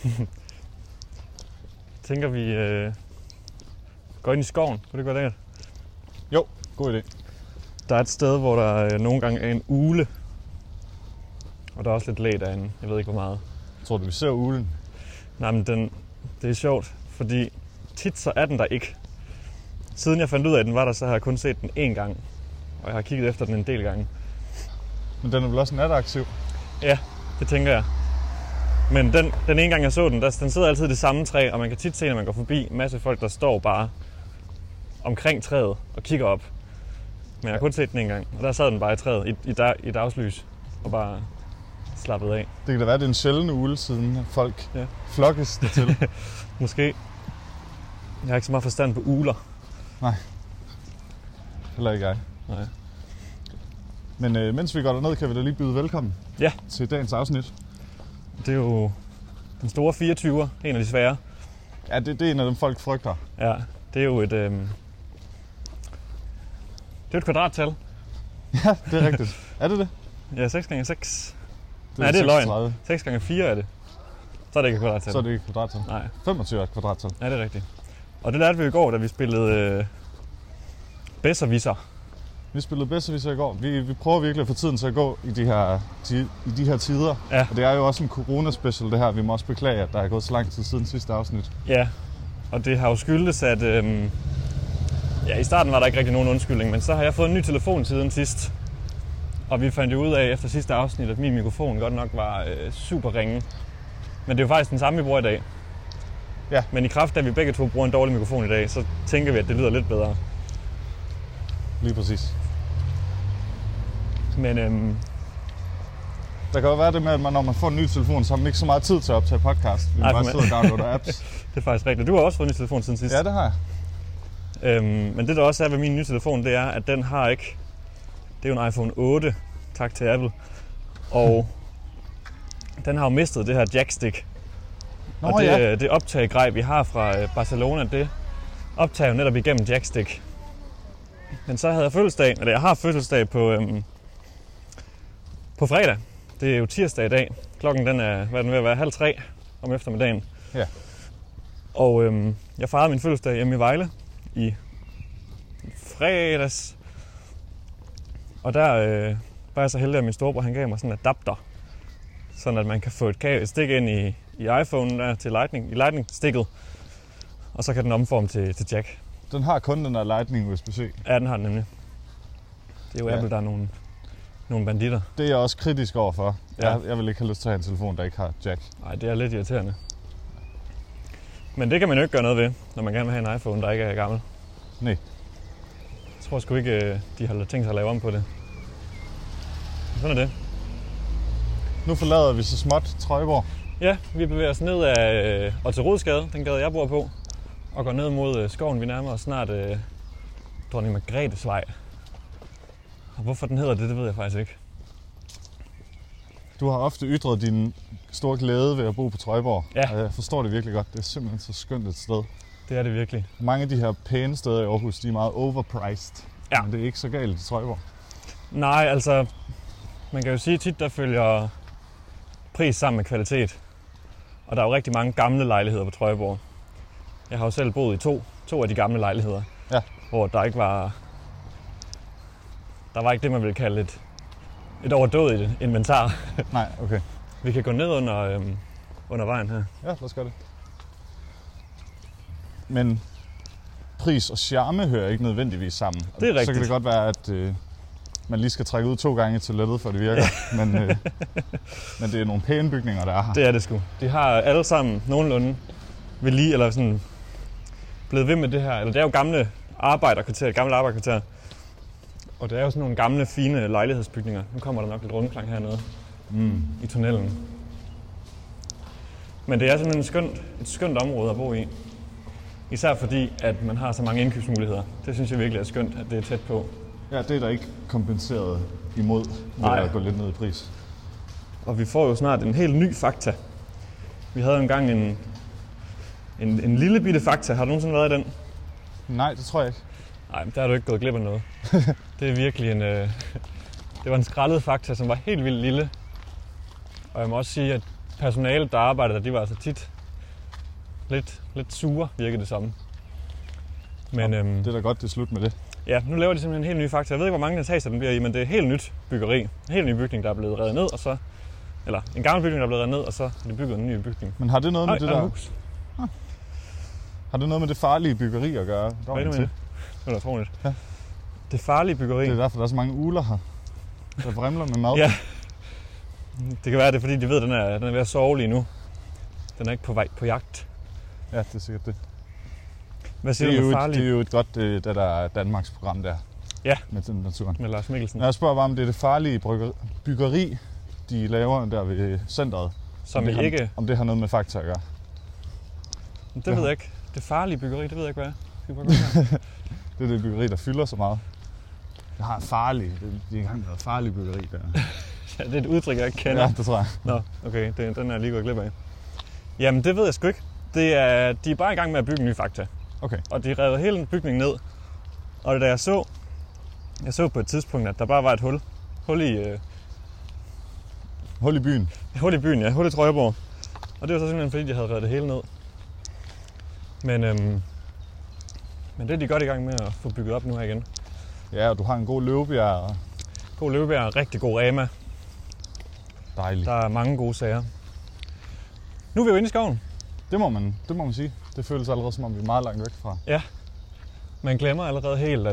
Tænker vi går ind i skoven. Kunne det være det? Jo, god idé. Der er et sted, hvor der nogle gange er en ugle. Og der er også lidt læ derinde. Jeg ved ikke, hvor meget. Tror du, vi ser uglen? Nej, men det er sjovt, fordi tit så er den der ikke. Siden jeg fandt ud af, at den var der, så har jeg kun set den én gang. Og jeg har kigget efter den en del gange. Men den er vel også nataktiv? Ja, det tænker jeg. Men den ene gang, jeg så den, den sidder altid i det samme træ, og man kan tit se, når man går forbi, en masse folk, der står bare omkring træet og kigger op. Men jeg har kun set den en gang, og der sad den bare i træet i dagslys og bare slappet af. Det kan da være, det er en sjælden ugle, siden folk flokkes dertil. Måske. Jeg har ikke så meget forstand på ugler. Nej. Heller ikke jeg. Nej. Men mens vi går derned, kan vi da lige byde velkommen til dagens afsnit. Det er jo den store 24'er, en af de svære. Ja, det er en af dem, folk frygter. Ja, det er jo et... det er et kvadrattal. Ja, det er rigtigt. Er det det? Ja, 6x6. Nej, det er løgn. 6x4 er det. Så er det ikke et kvadrattal. Så er det ikke et kvadrattal. Nej. 25 er et kvadrattal. Ja, det er rigtigt. Og det lærte vi i går, da vi spillede Besserwisser. Vi spillede Besserwisser i går. Vi prøver virkelig at få tiden til at gå i de her tider. Ja. Og det er jo også en corona-special, det her. Vi må også beklage, at der er gået så lang tid siden sidste afsnit. Ja, og det har jo skyldes, at... i starten var der ikke rigtig nogen undskyldning, men så har jeg fået en ny telefon siden sidst. Og vi fandt jo ud af efter sidste afsnit, at min mikrofon godt nok var super ringe. Men det er jo faktisk den samme, vi bruger i dag. Ja. Men i kraft af, at vi begge to bruger en dårlig mikrofon i dag, så tænker vi, at det lyder lidt bedre. Lige præcis. Men der kan jo være det med, at når man får en ny telefon, så har man ikke så meget tid til at optage podcast. Vi må bare sidde og downloade apps. Det er faktisk rigtigt. Du har også fået en ny telefon siden sidst. Ja, det har jeg. Men det der også er ved min nye telefon, det er, at den har ikke... Det er jo en iPhone 8, tak til Apple. Og den har jo mistet det her jackstick. Og det optagegrej, vi har fra Barcelona, det optager jo netop igennem jackstick. Men så havde jeg fødselsdag, eller jeg har fødselsdag på fredag. Det er jo tirsdag i dag. Klokken den er, hvad er den ved at være, 2:30 om eftermiddagen. Ja. Og jeg fejrede min fødselsdag hjemme i Vejle i fredags. Og der var jeg så heldig, at min storebror han gav mig sådan en adapter. Sådan at man kan få et stik ind i iPhone der til Lightning-stikket. Og så kan den omforme til jack. Den har kun den der Lightning USB-C. Ja, den har den nemlig. Det er jo Apple, der er nogle banditter. Det er jeg også kritisk overfor. Ja. Jeg vil ikke have lyst til at have en telefon, der ikke har jack. Nej, det er lidt irriterende. Men det kan man jo ikke gøre noget ved, når man gerne vil have en iPhone, der ikke er gammel. Nej. Jeg tror sgu ikke, de har tænkt sig at lave om på det. Sådan er det. Nu forlader vi så småt Trøjborg. Ja, vi bevæger os ned af Otto Rodsgade, den gade jeg bor på, og går ned mod skoven. Vi nærmer os snart Dronning Margrethes Vej. Og hvorfor den hedder det ved jeg faktisk ikke. Du har ofte ytret din store glæde ved at bo på Trøjborg. Ja. Og jeg forstår det virkelig godt. Det er simpelthen så skønt et sted. Det er det virkelig. Mange af de her pæne steder i Aarhus, de er meget overpriced. Ja. Men det er ikke så galt i Trøjborg. Nej, altså, man kan jo sige tit, der følger pris sammen med kvalitet. Og der er jo rigtig mange gamle lejligheder på Trøjborg. Jeg har jo selv boet i to af de gamle lejligheder, hvor der ikke var... Der var ikke det, man ville kalde et overdådigt inventar. Nej, okay. Vi kan gå ned under vejen her. Ja, lad os gøre det. Men pris og charme hører ikke nødvendigvis sammen. Det er rigtigt. Så kan det godt være, at man lige skal trække ud 2 gange i toilettet, for det virker. Men det er nogle pæne bygninger, der er her. Det er det sgu. De har alle sammen nogenlunde eller sådan blevet ved med det her. Eller det er jo gamle arbejderkvarter. Og det er jo sådan nogle gamle, fine lejlighedsbygninger. Nu kommer der nok lidt rundklang hernede i tunnelen. Men det er simpelthen et skønt område at bo i. Især fordi, at man har så mange indkøbsmuligheder. Det synes jeg virkelig er skønt, at det er tæt på. Ja, det er der ikke kompenseret imod ved at gå lidt ned i pris. Og vi får jo snart en helt ny Fakta. Vi havde jo engang en lille bitte Fakta. Har du nogensinde været i den? Nej, det tror jeg ikke. Nej, der har du ikke gået glip af noget. Det er virkelig det var en skrællet Fakta, som var helt vildt lille. Og jeg må også sige, at personalet, der arbejdede der, de var altså tit lidt sure, virkede det som. Men det er da godt, det er slut med det. ja, nu laver de simpelthen en helt ny Fakta. Jeg ved ikke, hvor mange etager den bliver i, men det er et helt nyt byggeri. En helt ny bygning, der er blevet revet ned, og så... Eller en gammel bygning, der er blevet revet ned, og så har de bygget en ny bygning. Men har det noget med det der... Ah. Har det noget med det farlige byggeri at gøre? Hvad er det med det? Det er utroligt. Ja. Det farlige byggeri. Det er derfor, der er så mange ugler her, der vrimler med mad. Ja. Det kan være, det er fordi, de ved, at den er ved at sove lige nu. Den er ikke på vej på jagt. Ja, det er sikkert det. Hvad siger du med farlige? Det er jo et godt, det der Danmarks program der. Ja. Med den naturen. Med Lars Mikkelsen. Jeg spørger bare, om det er det farlige byggeri, de laver der ved centret. Om det har noget med Fakta at gøre. Det ved jeg ikke. Det farlige byggeri, det ved jeg ikke, hvad er. Det er det byggeri, der fylder så meget. Det har farligt. Det er engang været farligt byggeri der. Ja, det er et udtryk, jeg ikke kender. Ja, det tror jeg. Nå, okay. Den er jeg lige gået glip af. Jamen, det ved jeg sgu ikke. De er bare i gang med at bygge en ny Fakta. Okay. Og de rev hele bygningen ned. Og da jeg så på et tidspunkt, at der bare var et hul. Hul i byen. Hul i byen, ja. Hul i Trøjborg. Og det var så simpelthen, fordi de havde revet det hele ned. Men det er de godt i gang med at få bygget op nu her igen. Ja, og du har en god løvebjerg. God løvebjerg, rigtig god Rema. Dejligt. Der er mange gode sager. Nu er vi jo inde i skoven. Det må man sige. Det føles allerede, som om vi er meget langt væk fra. Ja. Man glemmer allerede helt,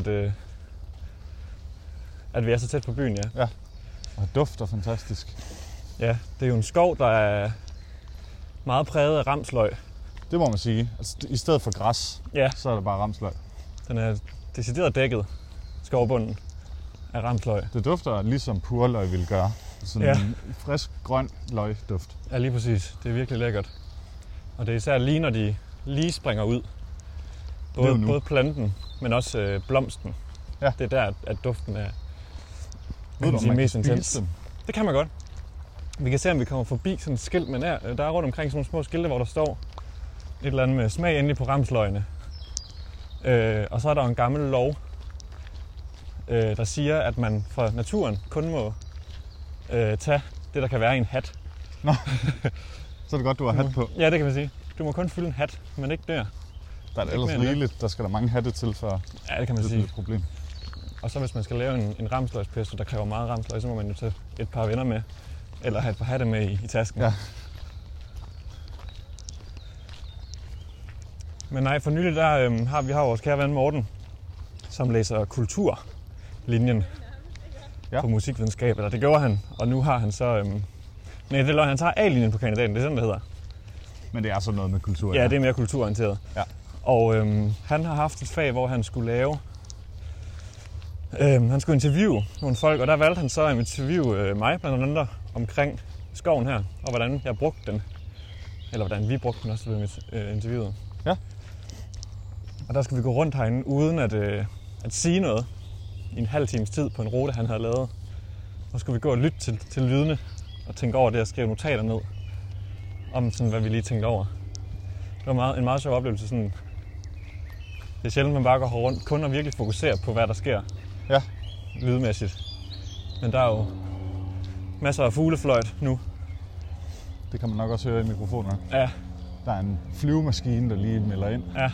at vi er så tæt på byen, ja. Ja. Og dufter fantastisk. Ja, det er jo en skov, der er meget præget af ramsløg. Det må man sige. Altså, i stedet for græs, ja. Så er det bare ramsløg. Den er decideret dækket, skovbunden, af ramsløg. Det dufter ligesom purløg ville gøre. Sådan en frisk, grøn løgduft. Ja, lige præcis. Det er virkelig lækkert. Og det er især lige, når de lige springer ud. Både planten, men også blomsten. Ja. Det er der, at duften er mest intens. Det kan man godt. Vi kan se, om vi kommer forbi sådan et skilt, men der er rundt omkring sådan nogle små skilte, hvor der står et eller andet med smag endelig på ramsløgene. Og så er der en gammel lov, der siger, at man fra naturen kun må tage det, der kan være i en hat. Nå, så er det godt, du har hat på. Ja, det kan man sige. Du må kun fylde en hat, men ikke dør. Der er det ellers rigeligt. Der skal der mange hatte til, før ja, det kan man sige. Det er et problem. Og så hvis man skal lave en ramsløgspesto, der kræver meget ramsløg, så må man jo tage et par venner med. Eller have et par hatte med i tasken. Ja. Men nej, for nylig der har vi vores kære ven Morten, som læser kulturlinjen på musikvidenskab. Eller det gjorde han, og nu har han så... nej, det er han tager A-linjen på kandidaten, det er sådan, det hedder. Men det er sådan noget med kultur? Ja, det er mere kulturorienteret. Ja. Og han har haft et fag, hvor han skulle lave... han skulle interviewe nogle folk, og der valgte han så at interviewe mig blandt andet omkring skoven her, og hvordan jeg brugte den. Eller hvordan vi brugte den også ved interviewet. Ja. Og der skal vi gå rundt herinde uden at sige noget i en halv times tid på en rute, han havde lavet. Og skulle vi gå og lytte til lydene og tænke over det og skrive notater ned om sådan, hvad vi lige tænkte over. Det var en meget sjov oplevelse. Sådan, det er sjældent, man bare går rundt kun og virkelig fokuserer på, hvad der sker. Ja. Lydmæssigt. Men der er jo masser af fuglefløjt nu. Det kan man nok også høre i mikrofoner. Ja. Der er en flyvemaskine, der lige melder ind. Ja.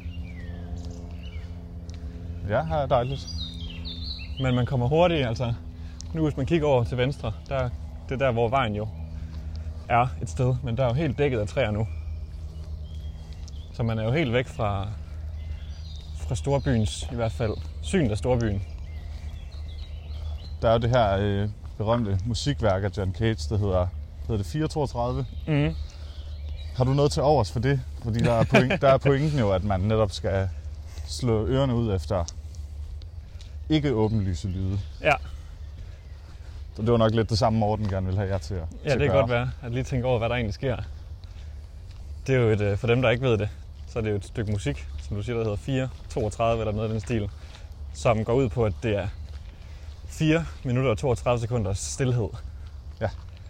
Ja, her er dejligt. Men man kommer hurtigt, altså. Nu hvis man kigger over til venstre, det er der, hvor vejen jo er et sted. Men der er jo helt dækket af træer nu. Så man er jo helt væk fra storbyens, i hvert fald, synet af storbyen. Der er jo det her berømte musikværk af John Cage, der hedder det 432. Mm. Har du noget til overs for det? Fordi der er pointen jo, at man netop skal slå ørerne ud efter ikke åbenlyse lyde. Ja. Så det var nok lidt det samme, Morten gerne vil have jer til at Ja, det kan godt være, at lige tænke over, hvad der egentlig sker. Det er jo for dem, der ikke ved det, så er det jo et stykke musik, som du siger, der hedder 432 eller noget af den stil, som går ud på, at det er 4 minutter og 32 sekunders stilhed. Ja.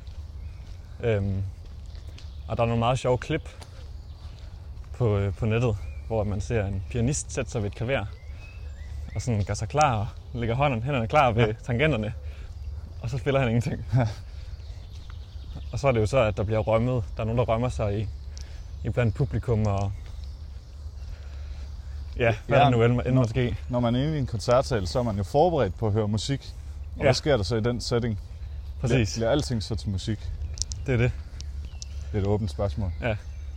Og der er nogle meget sjove klip på nettet, hvor man ser en pianist sætte sig ved et klaver og sådan gør sig klar og lægger hænderne klar ved tangenterne, og så spiller han ingenting. Og så er det jo så, at der bliver rømmet. Der er nogen, der rømmer sig i blandt publikum og... Ja, hvad der nu end måske. Når man er inde i en koncertsal, så er man jo forberedt på at høre musik. Og hvad sker der så i den setting? Præcis. Bliver alting så til musik? Det er det. Det er et åbent spørgsmål. Ja.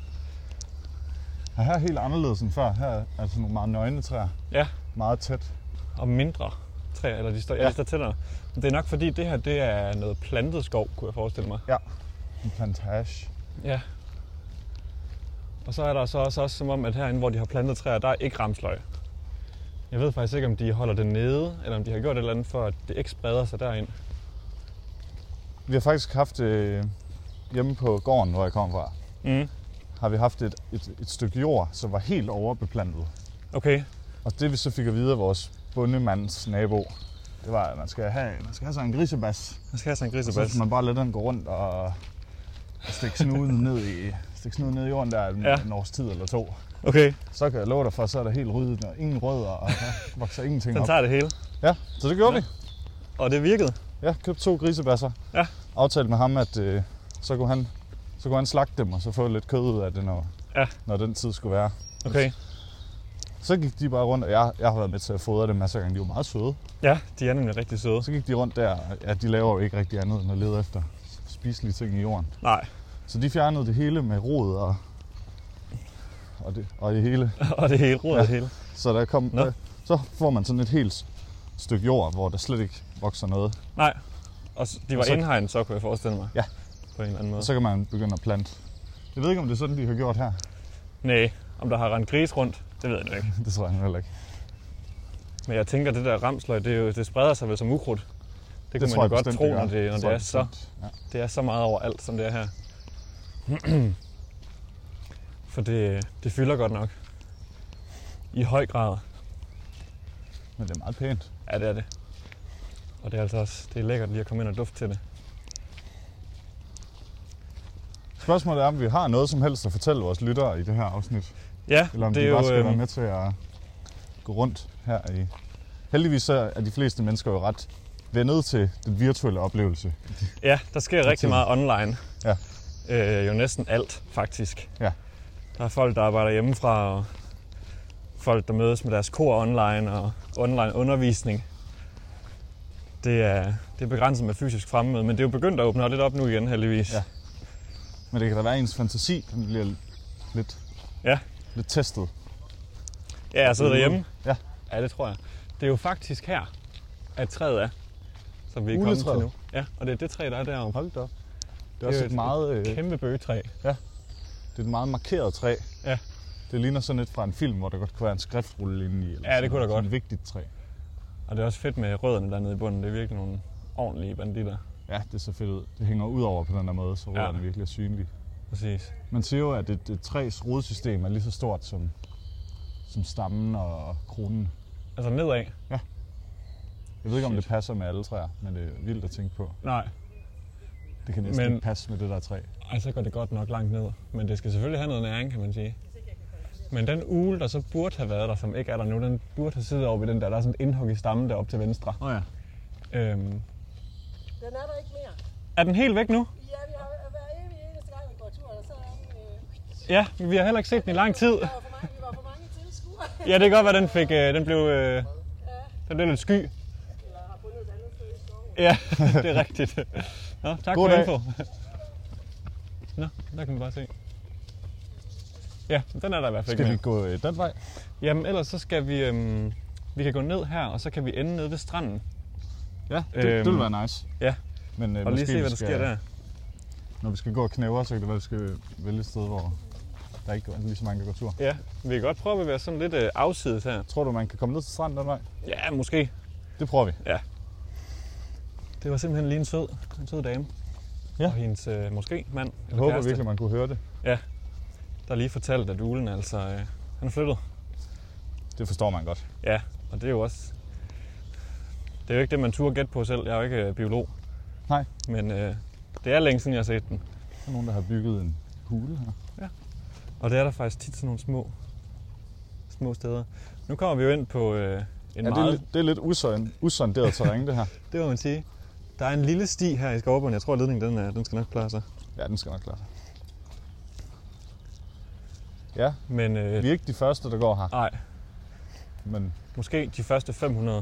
Og her er helt anderledes end før. Her er altså nogle meget nøgne træer. Ja. Meget tæt. Og mindre træer, eller de står tættere. Men det er nok fordi, det her det er noget plantet skov, kunne jeg forestille mig. Ja. En plantage. Ja. Og så er der så også som om, at herinde, hvor de har plantet træer, der er ikke ramsløg. Jeg ved faktisk ikke, om de holder det nede, eller om de har gjort et eller andet for, at det ikke spreder sig derind. Vi har faktisk haft hjemme på gården, hvor jeg kommer fra, har vi haft et stykke jord, som var helt overbeplantet. Okay. Og det vi så fik at vide af vores bondemands nabo, det var, at man skal have sådan en grisebas. Man skal have sådan en grisebas. Så skal man bare lade den gå rundt og stikke snuden ned i jorden der en års tid eller 2. Okay. Så kan jeg love dig for, så er der helt ryddet og ingen rødder, og der vokser ingenting op. Den tager det hele. Ja, så det gjorde vi. Og det virkede? Ja, købte 2 grisebasser. Ja. Aftalte med ham, at så kunne han slagte dem, og så få lidt kød ud af det, når den tid skulle være. Okay. Så gik de bare rundt, og jeg har været med til at fodre dem masser af gange. De var meget søde. Ja, de er nemlig rigtig søde. Så gik de rundt der, og de laver jo ikke rigtig andet end at lede efter spiselige ting i jorden. Nej. Så de fjernede det hele med rod og det hele. Og det hele, rodet hele. Så så får man sådan et helt stykke jord, hvor der slet ikke vokser noget. Nej. Og de var indhegnet, så kunne jeg forestille mig. Ja. På en eller anden måde. Og så kan man begynde at plante. Jeg ved ikke, om det er sådan, de har gjort her. Nej, om der har rendt gris rundt, det ved jeg nu ikke. Det tror jeg heller ikke. Men jeg tænker, det der ramsløg, det spreder sig vel som ukrudt. Det kan man jo godt tro, når det er så. Ja. Det er så meget overalt, som det er her. For det fylder godt nok. I høj grad. Men det er meget pænt. Ja, det er det. Og det er altså også lækkert lige at komme ind og dufte til det. Spørgsmålet er, om vi har noget som helst at fortælle vores lyttere i det her afsnit. Ja, eller om det de er bare jo, skal være med til at gå rundt her i... Heldigvis så er de fleste mennesker jo ret vendet til den virtuelle oplevelse. Ja, der sker rigtig meget online. Ja. Jo næsten alt, faktisk. Ja. Der er folk, der arbejder hjemmefra, og folk, der mødes med deres kor online, og online undervisning. Det er begrænset med fysisk fremmøde, men det er jo begyndt at åbne lidt op nu igen, heldigvis. Ja. Men det kan da være, ens fantasi, den bliver lidt testet. Ja, jeg sidder derhjemme. Ja. Ja, det tror jeg. Det er jo faktisk her, at træet er, som vi er kommet til nu. Ja, og det er det træ, der er deroppe. Hold da op. Det er også et meget... kæmpe bøgetræ. Ja. Det er et meget markeret træ. Ja. Det ligner sådan lidt fra en film, hvor der godt kunne være en skriftrulle inde i. Eller ja, det kunne da godt. Sådan et vigtigt træ. Og det er også fedt med rødderne dernede i bunden. Det er virkelig nogle ordentlige banditter. Ja, det ser fedt ud. Det hænger ud over på den der måde, så rødderne virkelig er synlige. Præcis. Man siger jo, at et træs rodsystem er lige så stort som stammen og kronen. Altså nedad? Ja. Jeg ved ikke, om det passer med alle træer, men det er vildt at tænke på. Nej. Det kan næsten ikke passe med det der træ. Ej, så går det godt nok langt ned. Men det skal selvfølgelig have noget næring, kan man sige. Men den ugle, der så burde have været der, som ikke er der nu, den burde have siddet over ved den der. Der er sådan et indhug i stammen deroppe til venstre. Åh ja. Den er der ikke mere. Er den helt væk nu? Ja, vi har hver evig eneste gang, vi går tur, og så er den... Ja, vi har heller ikke set den i lang tid. Vi var for mange tilskuere. Ja, det kan godt være, den blev lidt sky. Eller har fundet et andet sted i skoven. Ja, det er rigtigt. Nå, tak God for dag. info. Nå, der kan man bare se. Ja, den er der i hvert fald. Skal vi gå den vej? Jamen, ellers så skal vi kan gå ned her, og så kan vi ende nede ved stranden. Ja, det vil være nice. Ja, men, og lige se, hvad der sker der. Når vi skal gå og knæve, så kan det være, at vi skal vælge et sted, hvor der ikke er lige så mange, der går tur. Ja, vi kan godt prøve at være sådan lidt afsides her. Tror du, man kan komme ned til stranden den vej? Ja, måske. Det prøver vi. Ja. Det var simpelthen lige en sød dame. Ja. Og hendes måske mand. Jeg håber kæreste, virkelig, man kunne høre det. Ja, der lige fortalte, at uglen altså, han er flyttet. Det forstår man godt. Ja, og det er jo også... Det er jo ikke det, man turde gætte på selv. Jeg er jo ikke biolog. Nej. Men det er længe siden, jeg har set den. Der er nogen, der har bygget en hule her. Ja. Og det er der faktisk tit sådan nogle små steder. Nu kommer vi jo ind på det er lidt usonderet terræn, det her. Det må man sige. Der er en lille sti her i skovbunden. Jeg tror, at ledningen den skal nok klare sig. Ja, den skal nok klare det. Ja, Men vi er ikke de første, der går her. nej, Men måske de første 500.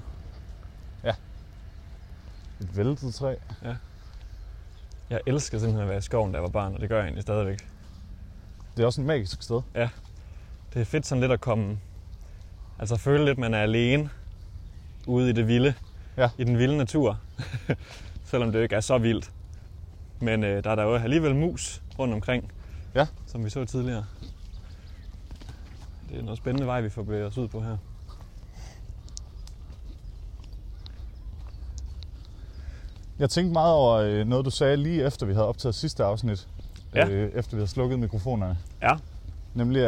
et væltet træ. Jeg elsker simpelthen at være i skoven, da jeg var barn, og det gør jeg egentlig stadigvæk. Det er også et magisk sted. Det er fedt sådan lidt at komme, altså føle lidt, man er alene ude i det vilde, i den vilde natur, selvom det ikke er så vildt. Men der er der jo alligevel mus rundt omkring, som vi så tidligere. Det er noget spændende vej, vi får bevæget os ud på her. Jeg tænkte meget over noget, du sagde lige efter vi havde optaget sidste afsnit. Ja. Efter vi havde slukket mikrofonerne. Ja. Nemlig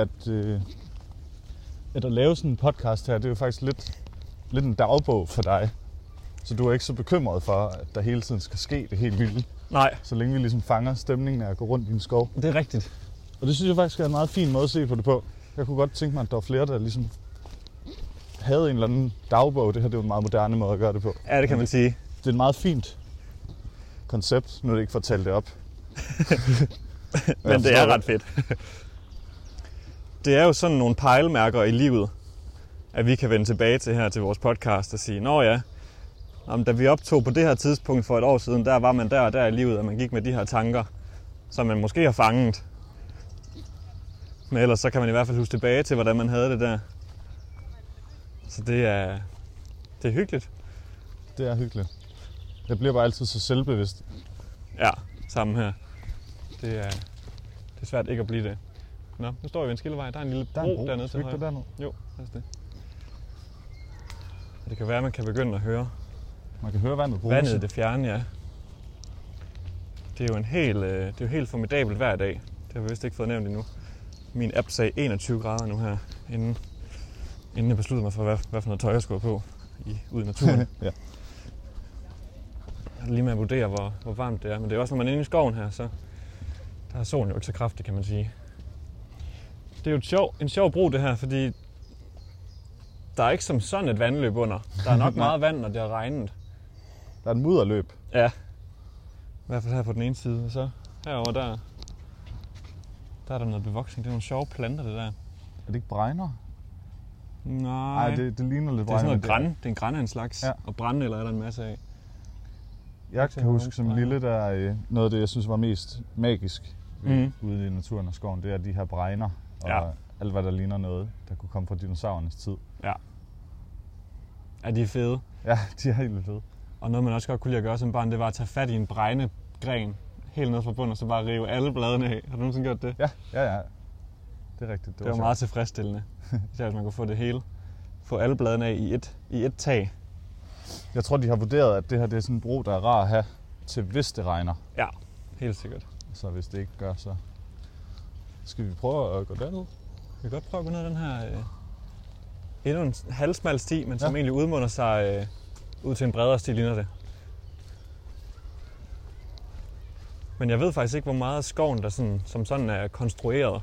at lave sådan en podcast her, det er jo faktisk lidt en dagbog for dig. Så du er ikke så bekymret for, at der hele tiden skal ske det helt vilde. Nej, Så længe vi ligesom fanger stemningen af at gå rundt i en skov. det er rigtigt. Og det synes jeg faktisk er en meget fin måde at se på det på. Jeg kunne godt tænke mig, at der var flere, der ligesom havde en eller anden dagbog. Det her det er jo en meget moderne måde at gøre det på. Ja, det kan man sige. Det er et meget fint koncept. Nu er det ikke for at tale det op. Men det er ret fedt. Det er jo sådan nogle pejlemærker i livet, at vi kan vende tilbage til her til vores podcast og sige, nå ja, da vi optog på det her tidspunkt for et år siden, der var man der og der i livet, og man gik med de her tanker, som man måske har fanget. Men ellers så kan man i hvert fald huske tilbage til, hvordan man havde det der. Så det er hyggeligt. Det er hyggeligt. Jeg bliver bare altid så selvbevidst. Ja, sammen her. Det er svært ikke at blive det. Nå, nu står vi ved en skillevej. Der er en lille bro dernede til højre. Dernede? Jo, lad os det. Og det kan være, at man kan begynde at høre Man kan høre vandet bruse. vandet i det fjerne, ja. Det er jo helt formidabelt hver dag. Det har vi vist ikke fået nævnt endnu. Min app sagde 21 grader nu her, inden jeg besluttede mig for, hvad for noget tøj jeg skulle på ude i naturen. Ja. Jeg er lige med at vurdere, hvor varmt det er. Men det er også, når man er inde i skoven her, så der er solen jo ikke så kraftig, kan man sige. Det er jo en sjov bro det her, fordi der er ikke som sådan et vandløb under. Der er nok meget vand, når det har regnet. Der er et mudderløb. Ja. I hvert fald her på den ene side. Og så herovre der er der noget bevoksning. Det er nogle sjove planter, det der. Er det ikke bregner? Nej, det ligner lidt det er sådan noget bregner. græn. Det er en græn af en slags. Ja. Og brændenælder er der en masse af. Jeg kan huske som lille, der er noget af det, jeg synes var mest magisk ude i naturen og skoven. Det er de her bregner og alt, hvad der ligner noget, der kunne komme fra dinosaurernes tid. Ja. Ja, de er fede. Ja, de er helt vildt fede. Og noget, man også godt kunne lide at gøre som barn, det var at tage fat i en bregnegren helt ned fra bunden, og så bare rive alle bladene af. Har du nogensinde gjort det? Ja. Det er rigtigt. Det var meget tilfredsstillende. Især hvis man kunne få det hele. Få alle bladene af i et tag. Jeg tror, de har vurderet, at det her det er sådan en bro, der er rar at have til hvis det regner. Ja, helt sikkert. Så hvis det ikke gør, så skal vi prøve at gå derned. Vi kan godt prøve at gå ned ad den her endnu en halvsmal sti, men som egentlig udmunder sig ud til en bredere sti, ligner det. Men jeg ved faktisk ikke, hvor meget af skoven, der som sådan er konstrueret.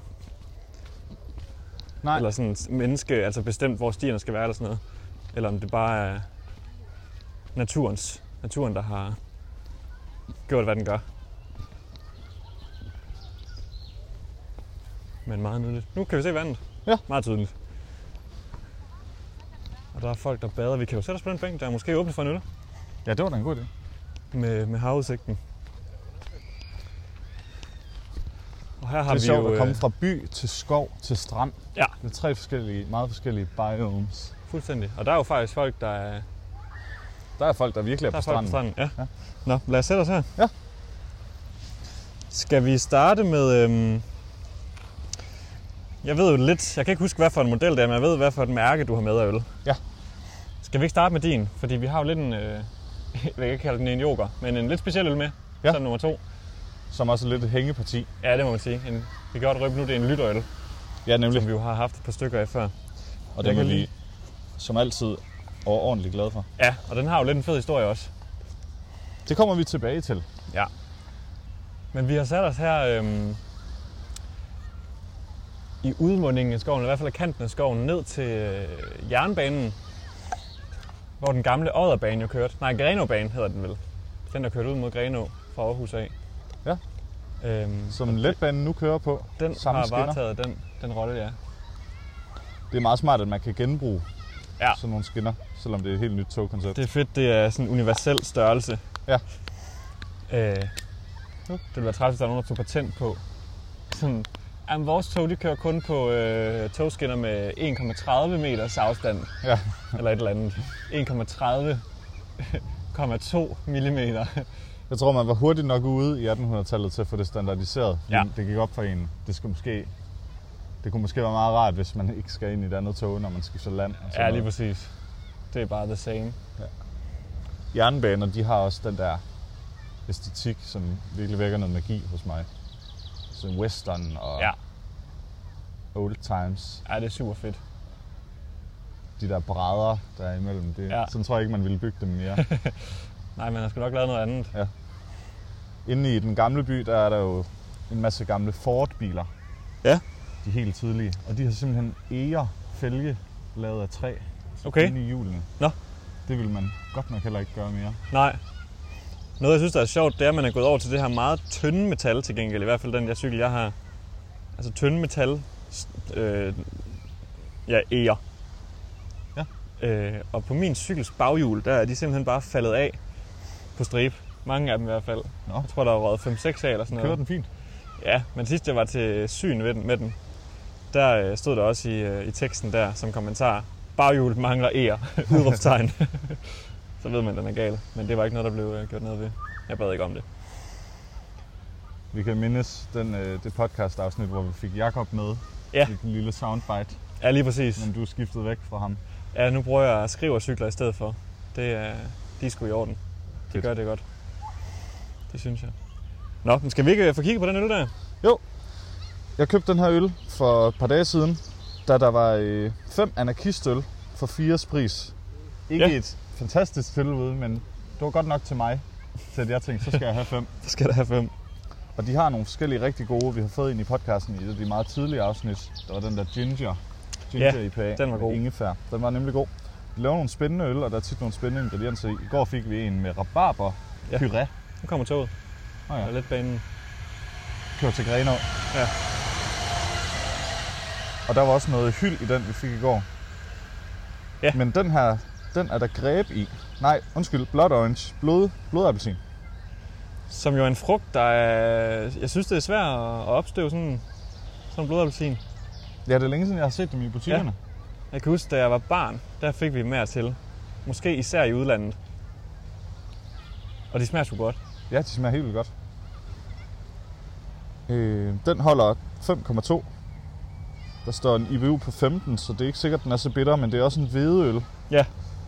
Nej. Eller sådan menneske, altså bestemt, hvor stierne skal være eller sådan noget. Eller om det bare er naturen, der har gjort, hvad den gør. Men meget nydeligt. Nu kan vi se vandet. Ja. Meget tydeligt. Og der er folk, der bader. Vi kan jo sætte os på den bænk, der er måske åbnet for en øl. Ja, det var da en god idé. Med havudsigten. Og her har Det er vi sjovt jo at komme fra by til skov til strand. Ja. Det er 3 meget forskellige biomes. Fuldstændig. Og der er jo faktisk folk, der er... Der er folk, der virkelig er Der på er folk stranden. på stranden, ja. Ja. Nå, lad os sætte os her. Ja. Skal vi starte med... Jeg ved jo lidt... Jeg kan ikke huske, hvad for en model det er, men jeg ved, hvad for et mærke, du har med af øl. Ja. Skal vi ikke starte med din? Fordi vi har jo lidt en... jeg kan ikke kalde den en yoghurt, men en lidt speciel øl med. Ja. Sådan nummer 2. Som også er lidt et hængeparti. Ja, det må man sige. Vi kan godt røbe nu, det er en lytterøl, Ja, nemlig. som vi jo har haft et par stykker af før. Og den er vi som altid overordentligt glade for. Ja, og den har jo lidt en fed historie også. Det kommer vi tilbage til. Ja. Men vi har sat os her i udmundingen af skoven, i hvert fald af kanten af skoven, ned til jernbanen, hvor den gamle Odderbane jo kørte. Nej, Grenaabanen hedder den vel. Den, der kørte ud mod Grenaa fra Aarhus af. Ja. Som letbanen nu kører på. Den har varetaget den rolle, ja. Det er meget smart, at man kan genbruge sådan nogle skinner, selvom det er et helt nyt togkoncept. Det er fedt, det er sådan en universel størrelse. Ja. Det ville være træt, hvis der er nogen, der tog patent på. Sådan, vores tog, de kører kun på togskinner med 1,30 meters afstand. Ja. Eller et eller andet. 1,30,2 millimeter. Jeg tror, man var hurtigt nok ude i 1800-tallet til at få det standardiseret. Ja. Det gik op for en. Det kunne måske være meget rart, hvis man ikke skal ind i et andet tog, når man skifter land. Ja, lige præcis. Det er bare the same. Ja. Jernbaner, de har også den der æstetik, som virkelig vækker noget magi hos mig. Sådan western og old times. Ja, det er super fedt. De der brædder, der er imellem, sådan tror jeg ikke, man ville bygge dem mere. Nej, man har sgu nok lavet noget andet. Ja. Inde i den gamle by, der er der jo en masse gamle Ford-biler. Ja. De er helt tydelige. Og de har simpelthen fælge lavet af træ inde i hjulene. Nå. Det vil man godt nok heller ikke gøre mere. Nej. Noget, jeg synes, der er sjovt, det er, at man er gået over til det her meget tynde metal til gengæld. I hvert fald den der cykel, jeg har. Altså tynde metal. Eger. Ja. Og på min cykels baghjul, der er de simpelthen bare faldet af på stribe. Mange af dem i hvert fald. Nå. Jeg tror, der var røget 5-6 af eller sådan noget. Kører den fint? Ja, men sidst jeg var til syn med den, der stod der også i teksten der som kommentar, baghjulet mangler eger, udråbstegn. Så ved man, at den er gal. Men det var ikke noget, der blev gjort noget ved. Jeg bad ikke om det. Vi kan mindes det podcast-afsnit, hvor vi fik Jakob med. Ja. I den lille soundbite. Ja, lige præcis. Men du er skiftet væk fra ham. Ja, nu bruger jeg skrivercykler i stedet for. De er sgu i orden. De gør det godt. Det synes jeg. Nå, men skal vi ikke få kigget på den øl der? Jo. Jeg købte den her øl for et par dage siden, da der var 5 anarkistøl for 4 pris. Ikke et fantastisk tilbud, men det var godt nok til mig, til at jeg tænkte, så skal jeg have 5. Så skal der have 5. Og de har nogle forskellige rigtig gode, vi har fået ind i podcasten i de meget tidlige afsnit. Der var den der Ginger IPA. Den var god. Ingefær. Den var nemlig god. De laver nogle spændende øl, og der er tit nogle spændende ingredienser i. I går fik vi en med rabarber, puré. Nu kommer toget. Oh ja. Og lidt banen. Kører til Grenaa. Ja. Og der var også noget hyld i den, vi fik i går. Ja. Men den her, den er der greb i. Nej, undskyld, blood orange, blodappelsin. Som jo er en frugt, der er... Jeg synes, det er svært at opstøve sådan en blodappelsin. Ja, det er længe siden, jeg har set dem i butikkerne. Ja. Jeg kan huske, da jeg var barn, der fik vi mere til. Måske især i udlandet. Og de smager sgu godt. Ja, de smager helt vildt godt. Den holder 5,2. Der står en IBU på 15, så det er ikke sikkert, den er så bitter, men det er også en hvedeøl. Ja.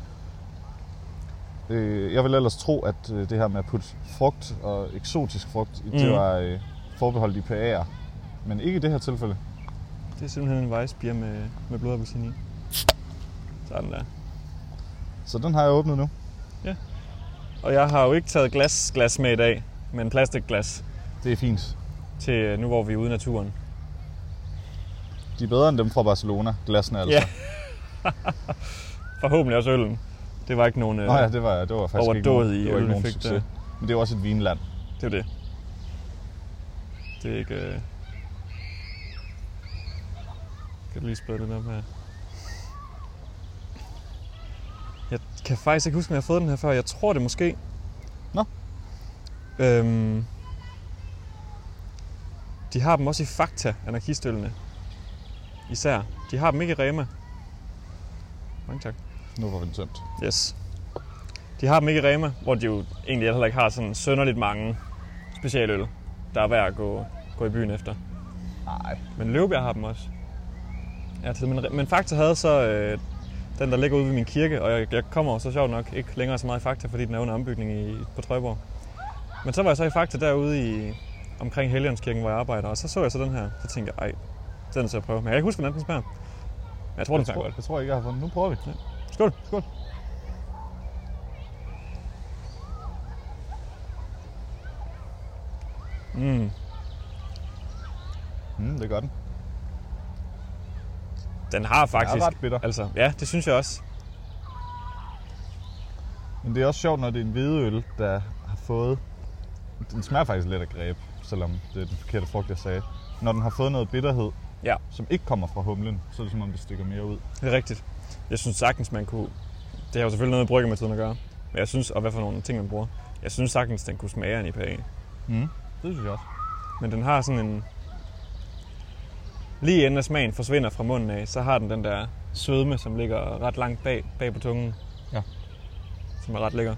Jeg vil ellers tro, at det her med at putte frugt og eksotisk frugt, det var forbeholdt IPA'er. Men ikke i det her tilfælde. Det er simpelthen en Weissbier med blodappelsin i. Sådan der. Så den har jeg åbnet nu. Ja. Og jeg har jo ikke taget glas med i dag, men plastikglas. Det er fint. Til nu, hvor vi er ude i naturen. De er bedre end dem fra Barcelona, glassene altså. Ja. Forhåbentlig også øllen. Det var ikke nogen det var faktisk ikke nogen succes. Der. Men det er også et vinland. Det er det. Det er ikke... Kan du lige spørge den op her? Jeg kan faktisk ikke huske, om jeg har fået den her før. Jeg tror det måske. Nå. De har dem også i Fakta, anarkistølene. Især. De har dem ikke i Rema. Mange tak. Nu var vi tømt. Yes. De har dem ikke i Rema, hvor de jo egentlig heller ikke har sådan sønderligt mange specialøl, der er værd at gå i byen efter. Nej. Men Løvbjerg har dem også. Ja, men Fakta havde så den, der ligger ude ved min kirke, og jeg kommer så sjovt nok ikke længere så meget i Fakta, fordi den er under ombygning på Trøjborg. Men så var jeg så i Fakta derude omkring Helligåndskirken, hvor jeg arbejder, og så jeg så den her. Så tænkte jeg, den skal jeg prøve. Men jeg kan ikke huske, hvordan den smager. Men jeg tror, den smager godt. Jeg tror ikke, jeg har fundet. Nu prøver vi. Ja. Skål. Skål. Det gør den. Den har faktisk... Den er ret bitter. Altså, ja, det synes jeg også. Men det er også sjovt, når det er en hvedeøl, der har fået Den smager faktisk lidt af greb, selvom det er den forkerte frugt, jeg sagde. Når den har fået noget bitterhed, Ja, som ikke kommer fra humlen, så er det som om, det stikker mere ud. det er rigtigt. Jeg synes sagtens, man kunne... Det har jo selvfølgelig noget med bryggemetoden at gøre. Men jeg synes, og hvad for nogle ting man bruger. Jeg synes sagtens, den kunne smage af en IPA. Det synes jeg også. Men den har sådan en... Lige inden at smagen forsvinder fra munden af, så har den der sødme, som ligger ret langt bag på tungen. Ja. Som er ret lækker.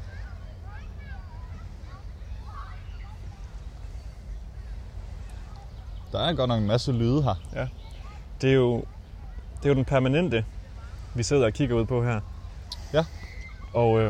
Der er godt nok en masse lyde her. Ja. Det er jo den permanente, vi sidder og kigger ud på her. Ja. Og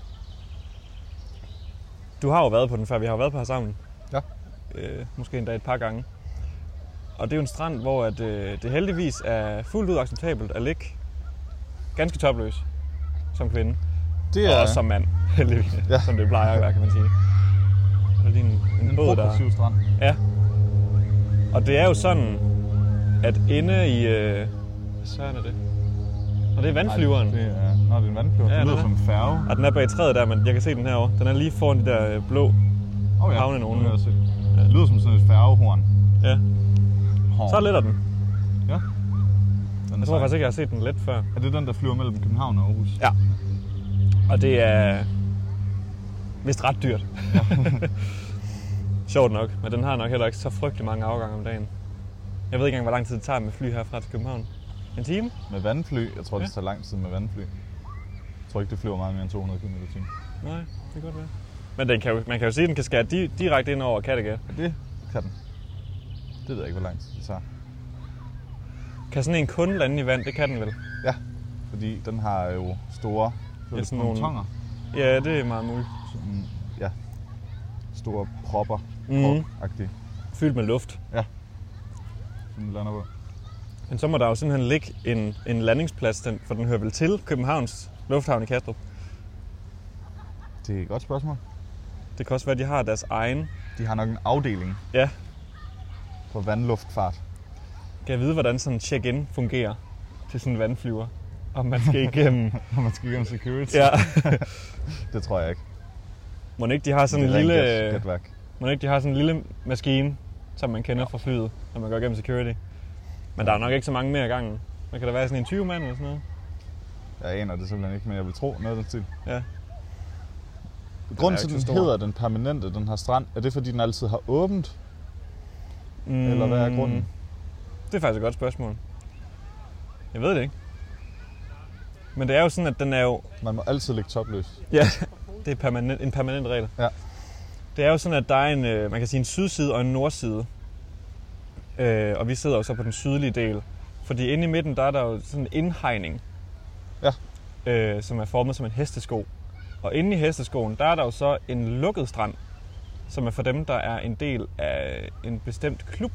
du har jo været på den før, vi har jo været på her sammen. Ja. Måske endda et par gange. Og det er jo en strand, hvor det heldigvis er fuldt ud acceptabelt at ligge ganske topløs som kvinde. Det Og er også som mand, heldigvis. Ja. Som det plejer at være, kan man sige. Og lige en båd, der... progressiv strand. Ja. Og det er jo sådan, at inde i... Hvad søren er det? Og det er vandflyveren. Det er en vandflyver. Ja, Det lyder den er. som en færge. Og den er bag træet der, men jeg kan se den herovre. Den er lige foran de der blå havne nogen. Det lyder som sådan et færgehorn. Ja. Så letter den. Ja. Jeg tror faktisk ikke, jeg har set den let før. Er det den, der flyver mellem København og Aarhus? Ja. Og det er vist ret dyrt. Sjovt nok, men den har nok heller ikke så frygtelig mange afgange om dagen. Jeg ved ikke engang, hvor lang tid det tager med fly herfra til København. En time? Med vandfly? Jeg tror, det tager lang tid med vandfly. Jeg tror ikke, det flyver meget mere end 200 km/t. Nej, det kan godt være. Men man kan jo sige, at den kan skære direkte ind over Kattegat. Ja, det kan den. Det ved jeg ikke, hvor lang tid det tager. Kan sådan en kun lande i vand? Det kan den vel? Ja, fordi den har jo store sådan nogle pontoner. Ja, det er meget muligt. Sådan, ja, store propper. Prop-agtige. Fyldt med luft. Ja, som den lander på. Men så må der jo simpelthen ligge en landingsplads, for den hører vel til Københavns Lufthavn i Kastrup. Det er et godt spørgsmål. Det kan også være, at de har deres egen. De har nok en afdeling Ja. for vandluftfart. Kan jeg vide, hvordan sådan en check-in fungerer til sådan en vandflyver? Om man skal igennem... Når man skal igennem security? Ja. Det tror jeg ikke. Må ikke de har sådan en Det er lille... rent gætværk. Må ikke de har sådan en lille maskine, som man kender fra flyet, når man går igennem security. Men der er nok ikke så mange mere i gangen. Men kan der være sådan en 20 mand eller sådan noget? Jeg aner det simpelthen ikke, men jeg vil tro noget af den stil. Ja. Grunden til, den hedder den permanente, den her strand, er det fordi, den altid har åbent? Eller hvad er grunden? Det er faktisk et godt spørgsmål. Jeg ved det ikke. Men det er jo sådan, at den er jo... Man må altid ligge topløs. Ja, det er en permanent regel. Ja. Det er jo sådan, at der er man kan sige en sydside og en nordside. Og vi sidder jo så på den sydlige del. Fordi inde i midten, der er der jo sådan en indhegning. Ja. Som er formet som en hestesko. Og inde i hesteskoen, der er der jo så en lukket strand, som er for dem, der er en del af en bestemt klub.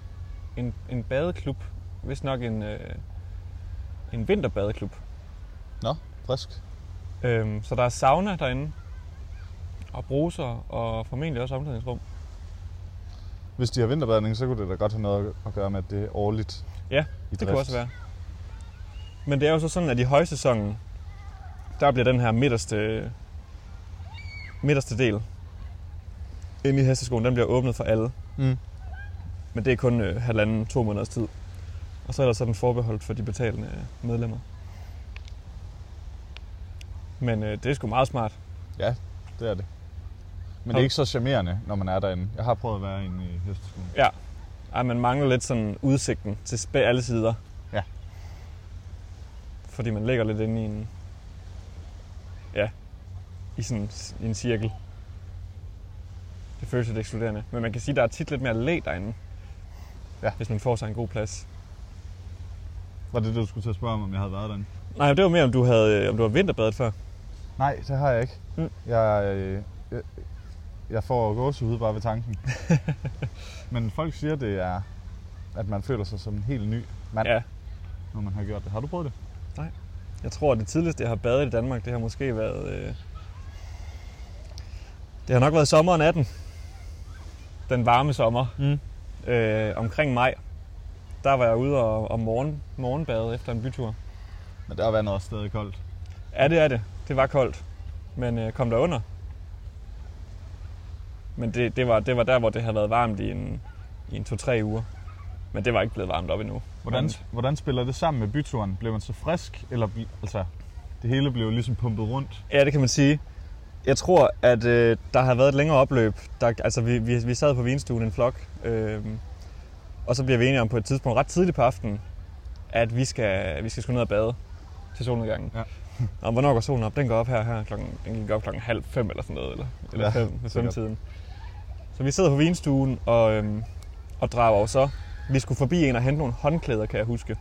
En badeklub. Vist nok en vinterbadeklub. Nå, frisk. Så der er sauna derinde. Og bruser og formentlig også omklædningsrum. Hvis de har vinterbadning, så kunne det da godt have noget at gøre med, at det er årligt. Ja, det kunne også være. Men det er jo så sådan, at i højsæsonen, der bliver den her midterste del inde i hesteskoen, den bliver åbnet for alle. Men det er kun 1,5-2 måneders tid. Og så er der så den forbeholdt for de betalende medlemmer. Men det er sgu meget smart. Ja, det er det. Men det er ikke så charmerende, når man er derinde. Jeg har prøvet at være inde i hesteskoen. Ja. Ej, man mangler lidt sådan udsigten til alle sider. Ja. Fordi man ligger lidt inde i en... Ja, i sådan en cirkel. Det føles lidt ekskluderende. Men man kan sige, at der er tit lidt mere læ derinde. Ja. Hvis man får sig en god plads. Var det du skulle til at spørge om jeg havde været derinde? Nej, det var mere, om du har vinterbadet før. Nej, det har jeg ikke. Jeg får gåsehud bare ved tanken. Men folk siger, det er, at man føler sig som en helt ny mand, når man har gjort det. Har du prøvet det? Nej. Jeg tror, at det tidligste, jeg har badet i Danmark, det har måske været... Det har nok været sommeren 18. Den varme sommer. Omkring maj. Der var jeg ude og morgenbade efter en bytur. Men der har været noget stadig koldt. Ja, det er det. Det var koldt. Men kom der under. Men det var der, hvor det havde været varmt i en 2-3 uger. Men det var ikke blevet varmt op endnu. Hvordan spiller det sammen med byturen? Blev man så frisk, eller altså, det hele blev ligesom pumpet rundt? Ja, det kan man sige. Jeg tror, at der har været et længere opløb. Vi sad på vinstuen en flok, og så bliver vi enige om på et tidspunkt ret tidligt på aftenen, at vi skal sgu ned og bade til solnedgangen. Ja. Og hvornår går solen op? Den går op her den gik op 4:30 eller sådan noget, eller 5 ved svømmetiden. Så vi sidder på vinstuen og drager så. Vi skulle forbi en og hente nogle håndklæder, kan jeg huske.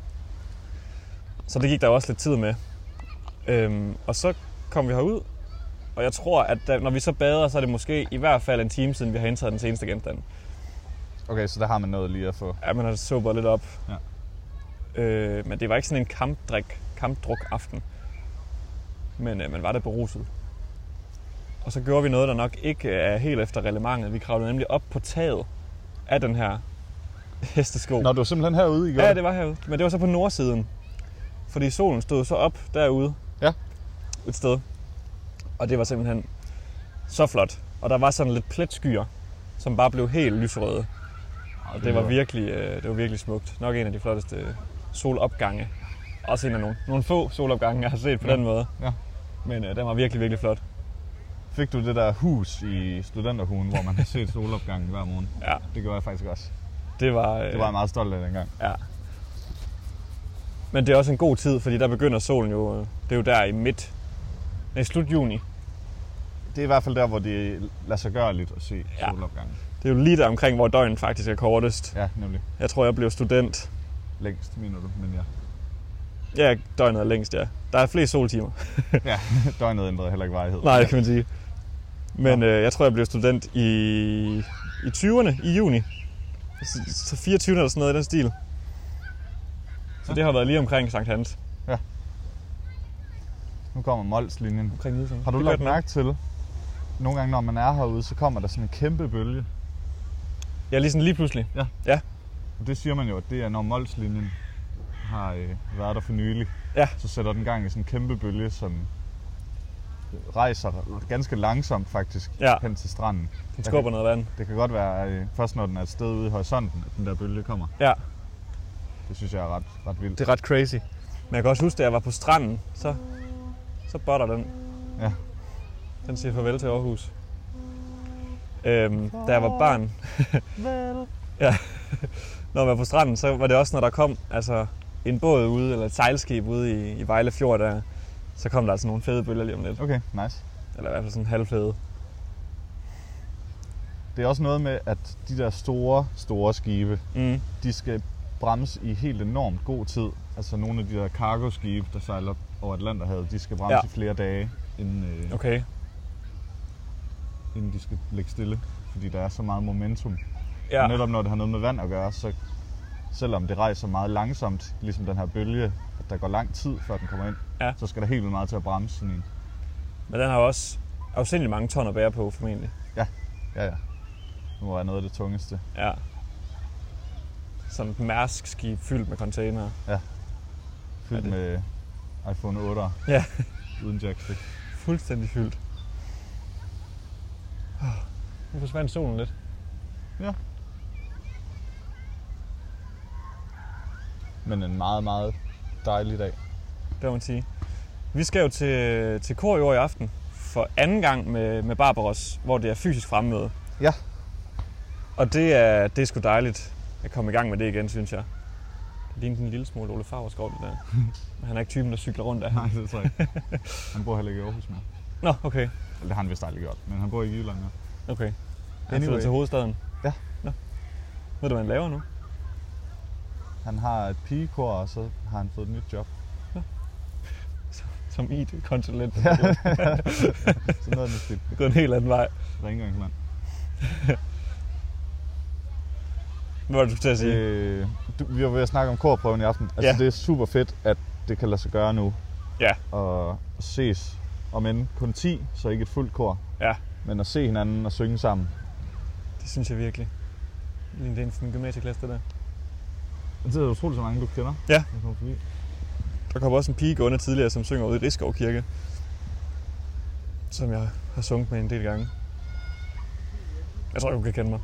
Så det gik der også lidt tid med. Og så kom vi herud, og jeg tror, at når vi så bader, så er det måske i hvert fald en time siden, vi har indtaget den seneste genstand. Okay, så der har man noget lige at få. Ja, man har sobret lidt op. Ja. Men det var ikke sådan en kampdruk aften. Men man var da beruset. Og så gjorde vi noget, der nok ikke er helt efter reglementet. Vi kravlede nemlig op på taget af den her hestesko. Nå, du var simpelthen herude, I gjorde? Ja, det var herude. Men det var så på nordsiden. Fordi solen stod så op derude. Ja. Et sted. Og det var simpelthen så flot. Og der var sådan lidt pletskyer, som bare blev helt lyserøde. Og det var virkelig smukt. Nok en af de flotteste solopgange. Også en af nogle få solopgange, jeg har set på den måde. Ja. Men den var virkelig, virkelig flot. Fik du det der hus i studenterhugen, hvor man har set solopgangen hver morgen? Ja. Det gjorde jeg faktisk også. Det var jeg meget stolt af dengang. Ja. Men det er også en god tid, fordi der begynder solen jo, det er jo der i slut juni. Det er i hvert fald der, hvor det lader sig gøre lidt at se solopgangen. Det er jo lige der omkring, hvor døgnet faktisk er kortest. Ja, nemlig. Jeg tror, jeg blev student. Længst, mener du, men ja. Ja, døgnet er længst, ja. Der er flere soltimer. Ja, døgnet ændrede heller ikke varighed. Nej, det kan man sige. Men jeg tror, jeg blev student i 20'erne, i juni. Så 24 eller sådan noget i den stil. Så det har været lige omkring Sankt Hans. Ja. Nu kommer Mols-linjen. Har du lagt mærke til, nogle gange når man er herude, så kommer der sådan en kæmpe bølge? Ja, lige pludselig. Ja. Og det siger man jo, at det er når Mols-linjen har været der for nylig. Ja. Så sætter den gang i sådan en kæmpe bølge, som rejser ganske langsomt faktisk hen til stranden. Den skubber noget vand. Det kan godt være først når den er et sted ude i horisonten, at den der bølge kommer. Ja. Det synes jeg er ret vildt. Det er ret crazy. Men jeg kan også huske, da jeg var på stranden, så botter den. Ja. Den siger farvel til Aarhus. Da jeg var barn. Ja. Når jeg var på stranden, så var det også, når der kom en båd ude, eller et sejlskib ude i Vejle Fjord, der, så kom der altså nogle fede bølger lige om lidt. Okay, nice. Eller i hvert fald sådan halvfede. Det er også noget med, at de der store skibe, de skal bremse i helt enormt god tid. Altså nogle af de der cargo-skibe, der sejler over Atlanterhavet, de skal bremse i flere dage, inden de skal ligge stille. Fordi der er så meget momentum. Ja. Og netop når det har noget med vand at gøre, så selvom det rejser meget langsomt, ligesom den her bølge, at der går lang tid, før den kommer ind, så skal der helt vildt meget til at bremse sådan en. Men den har også afsindeligt mange ton at bære på, formentlig. Ja. Det må være noget af det tungeste. Ja. Sådan et Mærsk-skib fyldt med containere. Ja. Fyldt med iPhone 8'er. Ja. Uden jackstick. Fuldstændig fyldt. Nu forsvandt solen lidt. Ja. Men en meget, meget dejlig dag. Det må man sige. Vi skal jo til kor i år i aften for anden gang med Barbaros, hvor det er fysisk fremmøde. Ja. Og det er sgu dejligt at komme i gang med det igen, synes jeg. Det ligner en lille smule Ole Favreskov, det der. Men han er ikke typen, der cykler rundt af ham. Nej, det tror jeg ikke. Han bor heller ikke i Aarhus mere. Nå, okay. Eller det har han vist aldrig gjort, men han bor i Jylland nu. Okay. Han flytter til hovedstaden? Ja. Nå. Ved du, hvad han laver nu? Han har et pigekor, og så har han fået et nyt job. Ja. Som IT-konsulent. Ja. Sådan noget med stil. Det går en helt anden vej. Rengøringsmand. Hvad var det, du skulle til at sige? Vi var ved at snakke om korprøven i aften. Altså, det er super fedt, at det kan lade sig gøre nu. Ja. Og ses, om end kun 10, så ikke et fuldt kor. Ja. Men at se hinanden og synge sammen. Det synes jeg virkelig. Det er en fra min gymnasieklasse, det der. Det er utroligt, så mange du kender. Ja. Der kom også en pige gående tidligere, som synger ude i Rigskov Kirke. Som jeg har sunget med en del gange. Jeg tror, du kan kende mig.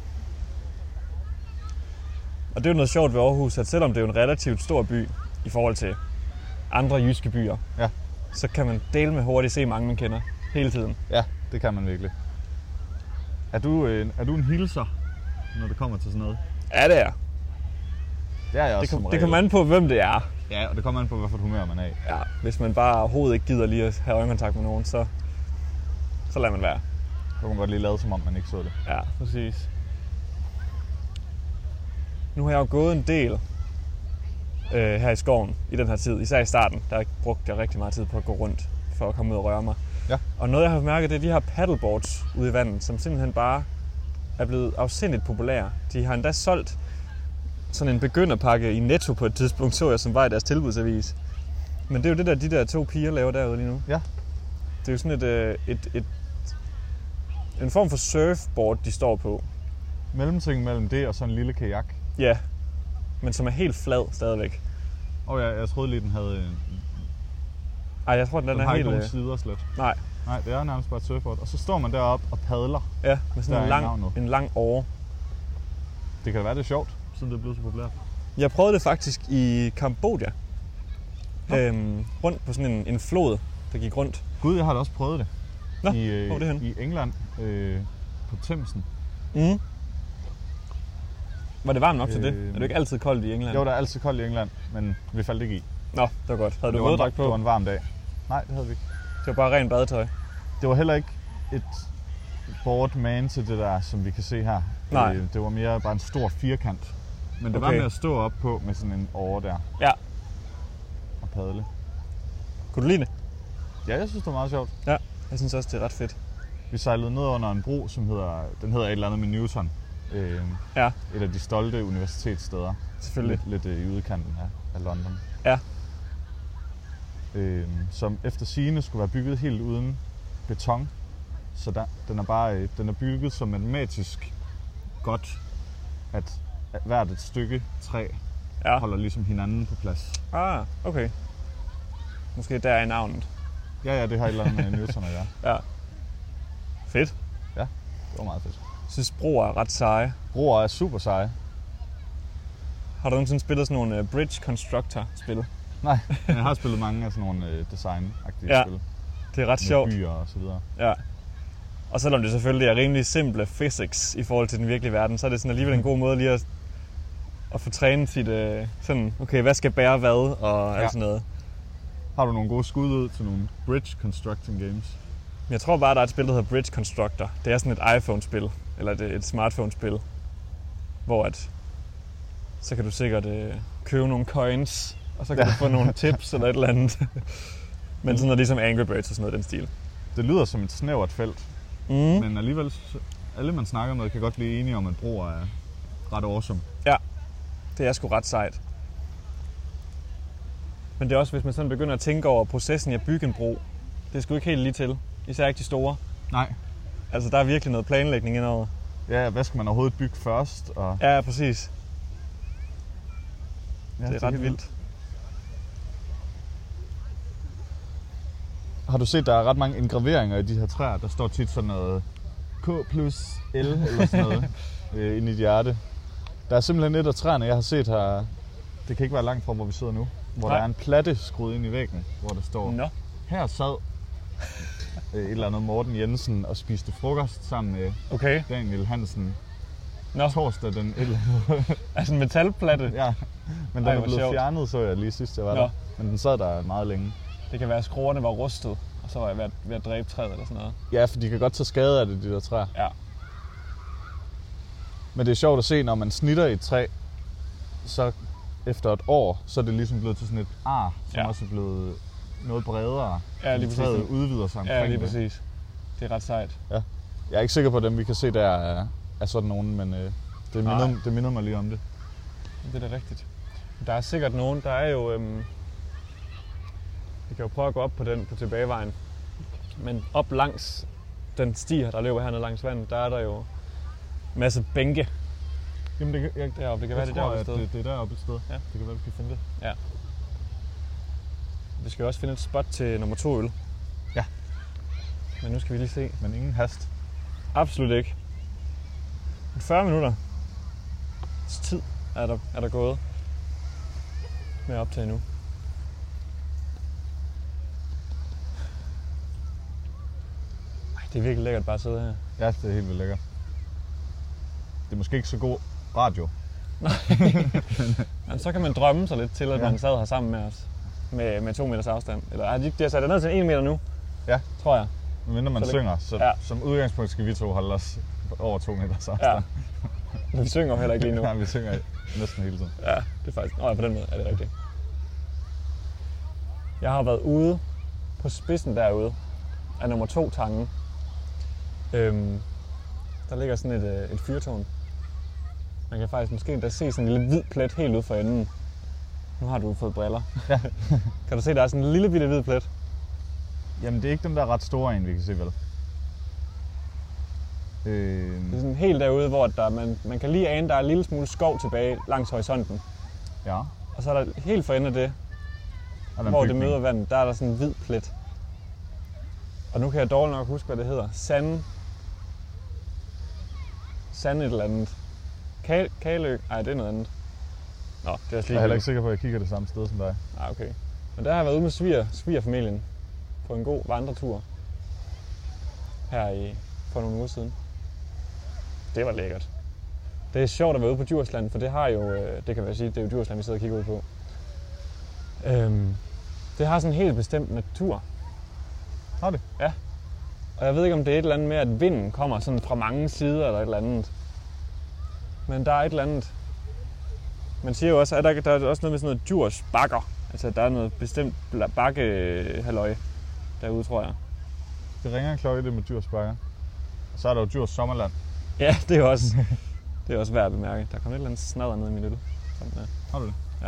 Og det er jo noget sjovt ved Aarhus, at selvom det er jo en relativt stor by i forhold til andre jyske byer, Ja. så kan man dele med hurtigt se mange, man kender hele tiden. Ja, det kan man virkelig. Er du en hilser, når det kommer til sådan noget? Ja, det er. Det er jeg også som Det regel. kommer an på, hvem det er. Ja, og det kommer an på, hvilket humør man er i. Ja, hvis man bare overhovedet ikke gider lige at have øjenkontakt med nogen, så lader man være. Så kan man godt lige lade, som om man ikke så det. Ja, præcis. Nu har jeg jo gået en del her i skoven i den her tid. Især i starten, der brugte jeg rigtig meget tid på at gå rundt for at komme ud og røre mig. Ja. Og noget jeg har mærket, det er de her paddleboards ude i vandet, som simpelthen bare er blevet afsindigt populære. De har endda solgt sådan en begynderpakke i Netto på et tidspunkt, så jeg, som var i deres tilbudsavis. Men det er jo det der, de der 2 piger laver derude lige nu. Ja. Det er jo sådan en form for surfboard, de står på. Mellemting mellem det og sådan en lille kajak. Ja, men som er helt flad stadigvæk. Og jeg troede lige, den havde en... Ej, jeg tror, den Den er har helt... ikke nogen sider slet. Nej, Nej, det er nærmest bare et surfboard. Og så står man deroppe og padler. ja, med sådan Der er en lang åre. Det kan da være, det er sjovt, siden det er blevet så populært. Jeg prøvede det faktisk i Kambodja. Rundt på sådan en flod, der gik rundt. Gud, jeg har da også prøvet det. Nå, I hvor er det henne? I England, på Themsen. Mm. Var det varmt nok til det? Øh, Er det ikke altid koldt i England? Jo, der er altid koldt i England, men vi faldt ikke i. Nå, det var godt. Havde du Det var våddragt på? Det var en varm dag. Nej, det havde vi ikke. Det var bare rent badetøj. Det var heller ikke et board man til det der, som vi kan se her. Nej. Det var mere bare en stor firkant. Men det var Okay. med at stå op på med sådan en åre der Ja. og padle. Kunne du lide det? Ja, jeg synes, det var meget sjovt. Ja, jeg synes også, det er ret fedt. Vi sejlede ned under en bro, som hedder et eller andet med Newton. Ja, Et af de stolte universitetssteder. selvfølgelig. Lidt i udkanten af London. Ja. Som efter sigende skulle være bygget helt uden beton. Så den er bygget så matematisk godt, at hvert et stykke træ Ja. holder ligesom hinanden på plads. Ah, okay. Måske der er navnet. Ja, det har et eller andet med Newton at gøre. Ja. Fedt. Det var meget fedt. Jeg synes, broer er ret seje. Broer er super seje. Har du nogensinde spillet sådan nogle Bridge Constructor-spil? Nej, men jeg har spillet mange af sådan nogle design-agtige Ja. spil. Det er ret Med sjovt. byer og så videre. Ja. Og selvom det selvfølgelig er rimelig simple physics i forhold til den virkelige verden, så er det sådan alligevel en god måde lige at få trænet sit sådan, okay, hvad skal bære hvad og alt sådan noget. Har du nogle gode skud ud til nogle bridge constructing games? Men jeg tror bare, der er et spil, der hedder Bridge Constructor. Det er sådan et iPhone-spil, eller et smartphone-spil, hvor så kan du sikkert købe nogle coins, og så kan du få nogle tips eller et eller andet. Men sådan noget ligesom Angry Birds og sådan noget den stil. Det lyder som et snævert felt, Mm. men alligevel, alle man snakker med kan godt blive enige om, at broer er ret awesome. Det er sgu ret sejt. Men det er også, hvis man sådan begynder at tænke over processen i at bygge en bro. Det er sgu ikke helt lige til. Især ikke de store. Nej. Altså, der er virkelig noget planlægning indover. Ja, hvad skal man overhovedet bygge først? Og... Ja, præcis. Ja, Det er ret vildt. Har du set, der er ret mange engraveringer i de her træer? Der står tit sådan noget K plus L eller sådan noget inde i et hjerte. Der er simpelthen et af træerne, jeg har set her. Det kan ikke være langt fra, hvor vi sidder nu. Hvor Nej. der er en platte skruet ind i væggen, hvor der står... Nå. Her sad et eller andet Morten Jensen og spiste frokost sammen med Okay. Daniel Hansen Nå, torsdag den et eller andet. altså en metalplatte. Ja, men den Ej, er hvor blevet sjovt. fjernet, så jeg lige sidst jeg var Nå. der. Men den sad der meget længe. Det kan være, at skruerne var rustet, og så var jeg ved at dræbe træet eller sådan noget. Ja, for de kan godt tage skade af det, de der træer. Ja. Men det er sjovt at se, når man snitter i et træ, så efter et år, så er det ligesom blevet til sådan et ar, som Ja. også er blevet noget bredere. Ja, lige Træet præcis. udvider sig omkring Ja, lige det. præcis. Det er ret sejt. Jeg er ikke sikker på, at dem vi kan se der er sådan nogen, men Nej. det minder mig lige om det. Det er da rigtigt. Der er sikkert nogen, der er jo... Vi kan jo prøve at gå op på tilbagevejen. Men op langs den sti her, der løber hernede langs vandet, der er der jo en masse bænke. Jamen det kan, Deroppe. Det kan være, det er tror, deroppe et at sted. det er deroppe et sted. Ja. Det kan være, vi kan finde det. Vi skal jo også finde et spot til nummer 2 øl. Ja. Men nu skal vi lige se. Men ingen hast. Absolut ikke. 40 minutter tid er der gået med at optage nu. Ej, det er virkelig lækkert bare at sidde her. Ja, det er helt vildt lækkert. Det er måske ikke så god radio. Nej, men så kan man drømme sig lidt til, at man sad her sammen med os. Med 2 meters afstand. Eller de har sat det ned til 1 meter nu. Ja. Tror jeg. Mindre man synger, så som udgangspunkt skal vi to holde os over 2 meters afstand. Ja. Men vi synger jo heller ikke lige nu. Nej, vi synger næsten hele tiden. Ja, det er faktisk... På den måde er det rigtigt. Jeg har været ude på spidsen derude af nummer 2 Tangen. Der ligger sådan et fyrtårn. Man kan faktisk måske endda se sådan en lille hvid plet helt ud for enden. Nu har du fået briller. Ja. Kan du se, der er sådan en lille bitte hvid plet? Jamen, det er ikke den der ret store en, vi kan se, vel? Det er sådan helt derude, hvor man kan lige ane, der er en lille smule skov tilbage langs horisonten. Ja. Og så er der helt for enden af det, hvor det møder vandet, der er der sådan en hvid plet. Og nu kan jeg dårligt nok huske, hvad det hedder. Sand et eller andet. Kalø? Nej, det er noget andet. Nå, det er jeg er heller ikke sikker på, at jeg kigger det samme sted som dig. Nej, okay. Men der har jeg været ude med svigerfamilien på en god vandretur her for nogle uger siden. Det var lækkert. Det er sjovt at være ude på Djursland, for det har jo, det kan jeg sige, det er jo Djursland, vi sidder og kigger ud på. Det har sådan en helt bestemt natur. Har det? Ja. Og jeg ved ikke, om det er et eller andet med, at vinden kommer sådan fra mange sider eller et eller andet. Men der er et eller andet. Man siger jo også, at der er også noget med sådan noget Djurs bakker. Altså, der er noget bestemt bakkehalløj derude, tror jeg. Det ringer en klokke, det med Djurs bakker. Og så er der jo Djurs sommerland. Ja, det er også, det er også værd at bemærke. Der kom et eller andet snadder ned i min øl. Har du det? Ja.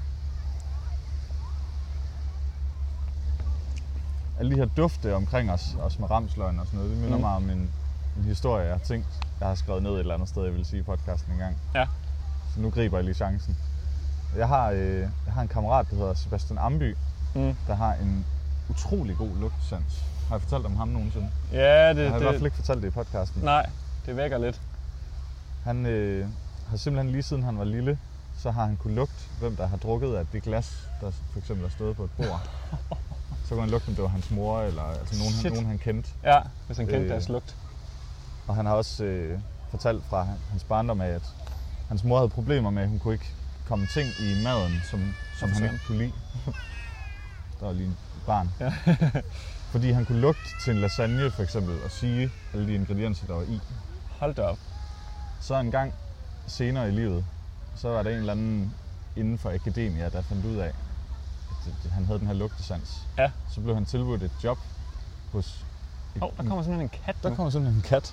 Alle de her dufte omkring os, også med ramsløgn og sådan noget, det minder mig om en historie, jeg har tænkt, jeg har skrevet ned et eller andet sted, jeg vil sige i podcasten en gang. Ja. Så nu griber jeg lige chancen. Jeg har en kammerat, der hedder Sebastian Amby, der har en utrolig god lugtsans. Har jeg fortalt om ham nogensinde? Ja, jeg har i hvert fald ikke fortalt det i podcasten. Nej, det vækker lidt. Han har simpelthen lige siden han var lille, så har han kunne lugte, hvem der har drukket af det glas, der for eksempel er stået på et bord. Så kunne han lugte, om det var hans mor, eller altså nogen han kendte. Ja, hvis han kendte deres lugt. Og han har også fortalt fra hans barndom af, at hans mor havde problemer med, at hun kunne ikke komme ting i maden, som han ikke kunne lide. Der var lige et barn. Ja. Fordi han kunne lugte til en lasagne for eksempel, og sige alle de ingredienser, der var i. Hold da op. Så en gang senere i livet, så var der en eller anden inden for akademia, der fandt ud af, at han havde den her lugtesans. Ja. Så blev han tilbudt et job hos... der kommer simpelthen en kat. Der kommer simpelthen en kat.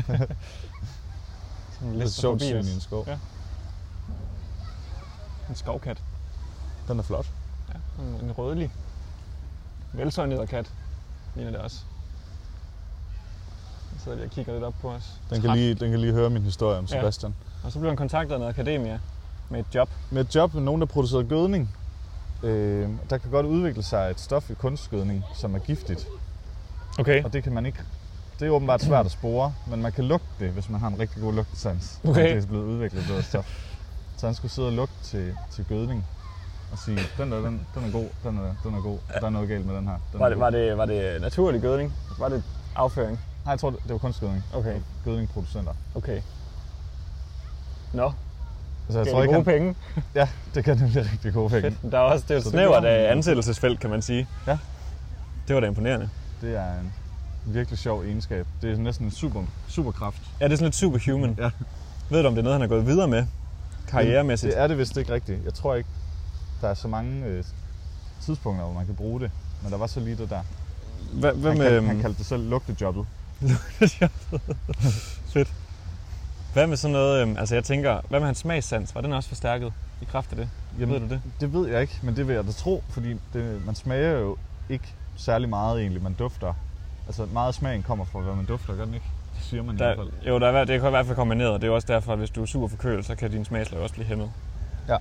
Det er sjovt syn i en skov. Ja. En skovkat. Den er flot. Ja, en rødlig. Velsøjnet kat. Ligner det også. Så sidder lige og kigger lidt op på os. Den kan lige høre min historie om Sebastian. Ja. Og så blev han kontaktet af noget akademia med et job. Med et job med nogen, der producerer gødning. Der kan godt udvikle sig et stof i kunstgødning, som er giftigt. Okay. Og det kan man ikke... Det er åbenbart svært at spore, men man kan lugte det, hvis man har en rigtig god lugtesans. Okay. Det er blevet udviklet, det stof. Så han skulle sidde og lugte til gødning og sige, den er god, den er god, og der er noget galt med den her. Var det naturlig gødning? Var det afføring? Nej, jeg tror, det var kunstgødning. Okay. Gødningproducenter. Okay. Nå. Altså, jeg tror ikke, gode penge? Ja, det kan nemlig rigtig gode penge. Fedt. Der er også, det er jo et snævert ansættelsesfelt, kan man sige. Ja. Det var da imponerende. Det er en virkelig sjov egenskab. Det er næsten en superkraft. Ja, det er sådan lidt superhuman. Ja. Ved du, om det er noget, han har gået videre med? Karrieremæssigt? Det er det vist ikke rigtigt. Jeg tror ikke, der er så mange tidspunkter, hvor man kan bruge det. Men der var så lige det der. Han kaldte det selv lugtejobbet. Fedt. Hvad med sådan noget, altså jeg tænker, hvad med hans smagssans? Var den også forstærket i kraft af det? Jamen, ved du det? Det ved jeg ikke, men det vil jeg da tro, fordi man smager jo ikke særlig meget egentlig, man dufter. Altså meget af smagen kommer fra, hvad man dufter, gør den ikke? Det siger man i hvert fald. Jo, det kan i hvert fald kombineret. Det er også derfor, at hvis du er super forkølet, så kan din smagslag også blive hæmmet. Ja.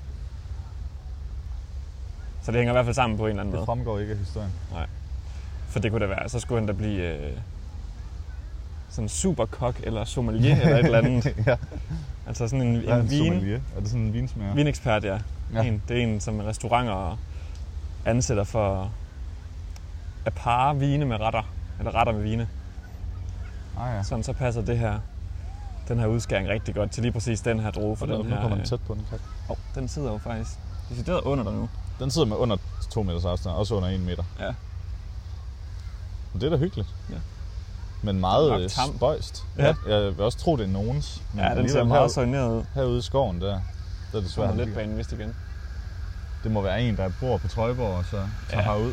Så det hænger i hvert fald sammen på en eller anden måde. Det fremgår ikke af historien. Nej. For det kunne da være, så skulle han da blive... sådan superkok eller sommelier eller et eller andet. Ja. Altså sådan en En vin... sommelier. Er det sådan en vinsmager? Vinekspert, ja. Ja. Det er en, som restauranter ansætter for at parre vine med retter. Eller retter med vine. Ja. Sådan så passer den her udskæring rigtig godt til lige præcis den her druge. For Nu den her, kommer den tæt på den, Kat. den sidder jo faktisk decideret under dig nu. Den sidder med under 2 meters afstand, også under 1 meter. Ja. Men det er da hyggeligt. Ja. Men Nok meget tam. spøjst. Ja. Jeg vil også tro, det er nogens. Men Ja, den ser alligevel meget soigneret ud. Herude i skoven, der er det Så svært. er lidt banen vist igen. Det må være en, der bor på Trøjborg og så tager herud.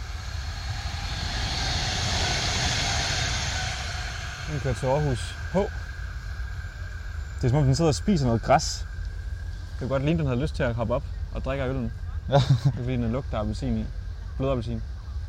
Den kører til Aarhus på. Det er som om den sidder og spiser noget græs. Det kan godt ligne, den havde lyst til at hoppe op og drikke af øllen. Ja. Det er fordi, den lugter appelsin i. Blødappelsin.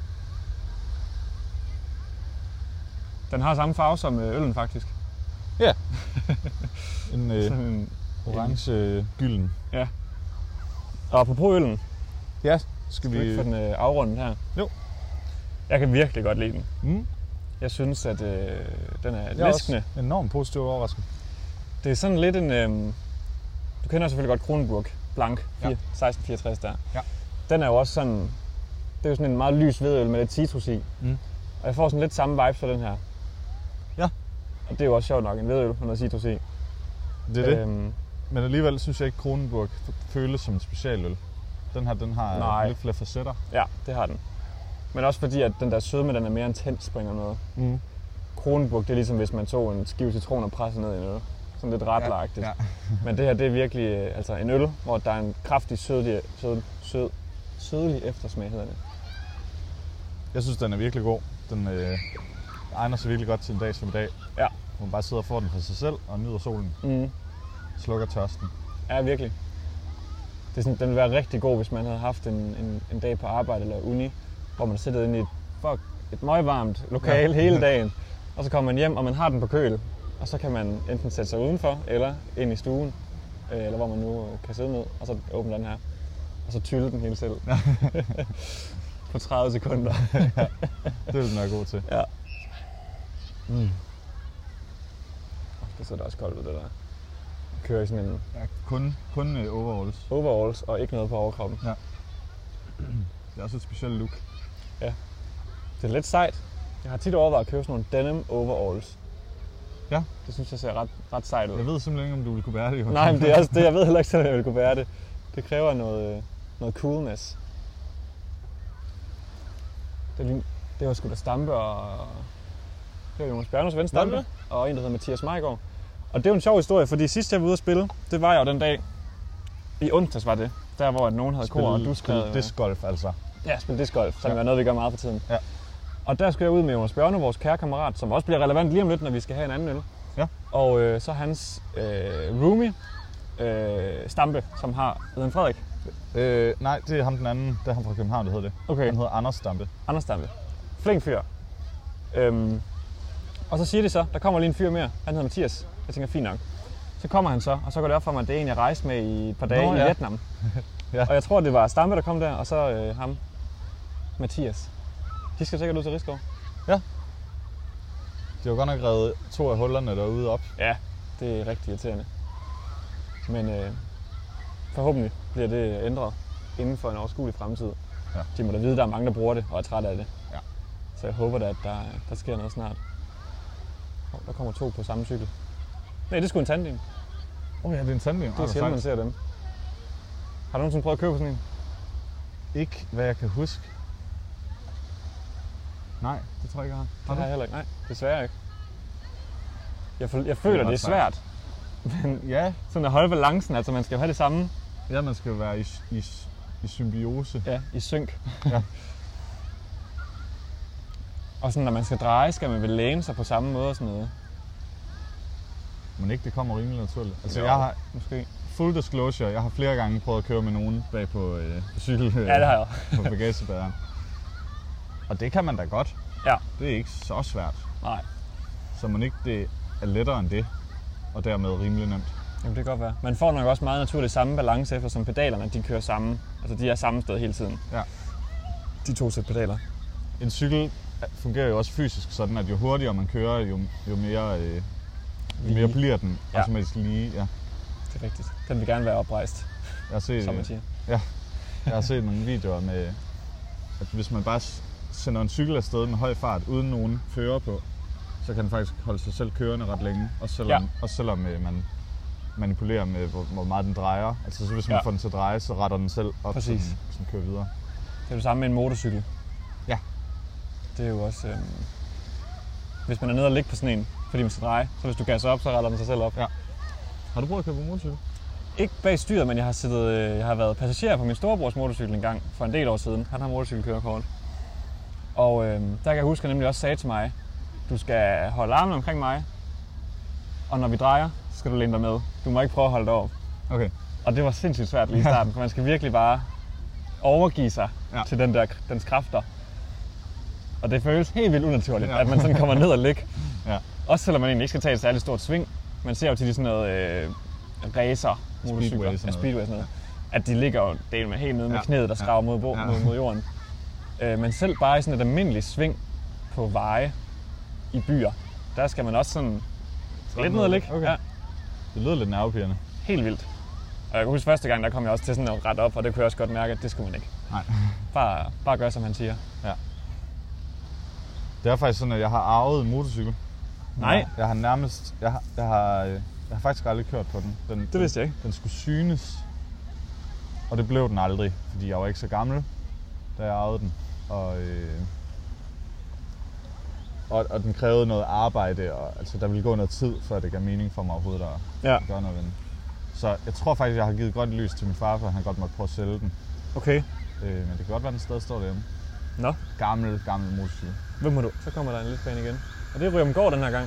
Den har samme farve som øllen faktisk. Ja. Sådan en orange gylden. Ja. Og apropos øllen, Ja, skal vi ikke få den afrundet her? Jo. Jeg kan virkelig godt lide den. Mm. Jeg synes, at den er Jeg er læskende. også enormt positivt overrasket. Det er sådan lidt en... du kender selvfølgelig godt Kronenburg Blanc, Ja. 1664 der. Ja. Den er jo også sådan... Det er jo sådan en meget lys hvedøl med lidt citrus i. Mm. Og jeg får sådan lidt samme vibes for den her. Ja. Og det er jo også sjovt nok, en hvedøl med noget citrus i. Det er det. Men alligevel synes jeg ikke, Kronenburg føles som en specialøl. Den her, den har Nej. lidt flere facetter. Ja, det har den. Men også fordi, at den der sødme, den er mere intens på en eller anden måde. Mm. Kronenburg, det er ligesom hvis man tog en skive citron og pressede ned i en øl. Sådan lidt retleragtigt. Ja. Men det her, det er virkelig altså en øl, hvor der er en kraftig sødlig eftersmag, hedder det. Jeg synes, den er virkelig god. Den egner sig virkelig godt til en dag som i dag. Ja. Hvor man bare sidder og får den for sig selv og nyder solen. Mm. Slukker tørsten. Ja, virkelig. Det er sådan, den ville være rigtig god, hvis man havde haft en dag på arbejde eller uni, hvor man sidder inde i et møgvarmt lokale hele dagen, og så kommer man hjem, og man har den på køl, og så kan man enten sætte sig udenfor, eller ind i stuen, eller hvor man nu kan sidde ned, og så åbne den her, og så tylle den hele selv. På 30 sekunder. Ja, det vil den være god til. Ja. Mm. Det ser da også koldt ud, det der. Kører i sådan en Ja, kun overalls. overalls og ikke noget på overkroppen. Ja. Det er også et specielt look. Det er lidt sejt. Jeg har tit overvejet at købe sådan nogle denim overalls. Ja. Det synes jeg ser ret sejt ud. Jeg ved simpelthen ikke, om du vil kunne bære det. Nej, men det er også det. Jeg ved heller ikke selv, om jeg vil kunne bære det. Det kræver noget coolness. Det var sgu da Stampe og... Det var Jonas Bjernos ven Stampe, og en, der hedder Mathias Mejgaard. Og det er jo en sjov historie, fordi sidst jeg var ude at spille, det var jeg jo den dag, i onsdags var det, der hvor nogen havde kor, og du skrev... discgolf altså. Ja, spille discgolf, som er noget, vi gør meget for tiden. Ja. Og der skulle jeg ud med Jonas Bjørne, vores kære kammerat, som også bliver relevant lige om lidt, når vi skal have en anden øl. Ja. Og så hans roomie, Stampe, som har hedder Frederik. Nej, det er ham den anden. Det er ham fra København, der hedder det. Okay. Han hedder Anders Stampe. Anders Stampe. Flink fyr. Og så siger de så, der kommer lige en fyr mere. Han hedder Mathias. Jeg tænker, fint nok. Så kommer han så, og så går det op for mig, at det er en, jeg rejste med i et par dage i Vietnam. Ja. Og jeg tror, det var Stampe, der kom der, og så ham, Mathias. De skal sikkert ud til Risskov. Ja. De har godt nok revet 2 af hullerne derude op. Ja, det er rigtig irriterende. Men forhåbentlig bliver det ændret inden for en overskuelig fremtid. Ja. De må da vide, at der er mange, der bruger det og er trætte af det. Ja. Så jeg håber da, at der sker noget snart. Der kommer 2 på samme cykel. Nej, det er sgu en tandem. Ja, det er en tandem. Det er sjældent, man ser dem. Har du nogensinde prøvet at købe sådan en? Ikke, hvad jeg kan huske. Nej, det tror jeg ikke, jeg har. Det har jeg heller ikke. Nej, desværre ikke. Jeg føler, det er svært. Men Ja. sådan at holde balancen, altså man skal jo have det samme. Ja, man skal jo være i symbiose. Ja, i synk. Ja. Og sådan, når man skal dreje, skal man vel læne sig på samme måde og sådan noget. Men ikke, det kommer rimelig naturligt. Altså, Jo, jeg har måske. full disclosure. Jeg har flere gange prøvet at køre med nogen bag på cykel Ja, det har jeg. på bagagebæreren. Og det kan man da godt. Ja. Det er ikke så svært. Nej, Så man ikke det er lettere end det, og dermed rimelig nemt. jamen, det kan godt være. Man får nok også meget naturligt samme balance, eftersom pedalerne de kører sammen. Altså de er samme sted hele tiden. Ja. De 2 sæt pedaler. En cykel fungerer jo også fysisk sådan, at jo hurtigere man kører, jo mere bliver den automatisk lige. Ja. Det er rigtigt. Den vil gerne være oprejst, Jeg har set, som man siger. Ja, jeg har set nogle videoer med, at hvis man bare sender en cykel afsted med høj fart, uden nogen fører på, så kan den faktisk holde sig selv kørende ret længe, også selvom man manipulerer med, hvor meget den drejer. Altså så hvis man får den til at dreje, så retter den selv op, så den kører videre. Det er det samme med en motorcykel. Ja. Det er jo også... hvis man er nede og ligge på sådan en, fordi man skal dreje, så hvis du gasser op, så retter den sig selv op. Ja. Har du prøvet at køre på motorcykel? Ikke bag styret, men jeg har været passager på min storebrors motorcykel en gang for en del år siden. Han har motorcykelkørekort. Og der kan jeg huske, at han nemlig også sagde til mig, du skal holde armen omkring mig, og når vi drejer, så skal du læne dig med. Du må ikke prøve at holde dig op. Okay. Og det var sindssygt svært lige i starten, for man skal virkelig bare overgive sig til dens kræfter. Og det føles helt vildt unaturligt, at man sådan kommer ned og ligge. Ja. Også selvom man egentlig ikke skal tage et særligt stort sving. Man ser jo til de sådan noget racer, motorcykler, speedway sådan noget. At de ligger jo del med helt nede med knæet, der skraver mod jorden. Men selv bare i sådan et almindeligt sving på veje i byer, der skal man også sådan lidt ned og ligge. Okay. Ja. Det lyder lidt nervepirrende. Helt vildt. Og jeg kan huske første gang, der kom jeg også til sådan at rette op, og det kunne jeg også godt mærke, at det skulle man ikke. Nej. Bare gør, som han siger. Ja. Det er faktisk sådan, at jeg har arvet en motorcykel. Nej. Jeg har nærmest... Jeg har faktisk aldrig kørt på den. Det vidste jeg ikke. Den skulle synes. Og det blev den aldrig, fordi jeg var ikke så gammel, da jeg arvede den. Og den krævede noget arbejde, og altså, der ville gå noget tid, før det gav mening for mig overhovedet at gøre noget ved den. Så jeg tror faktisk, jeg har givet grønt lys til min far, for han godt måtte prøve at sælge den. Okay. Men det kan godt være, den stadig står derhjemme. Nå. Gammel motorcykel. Hvem må du? Så kommer der en lidt bane igen. Og det er Ryomgård den her gang.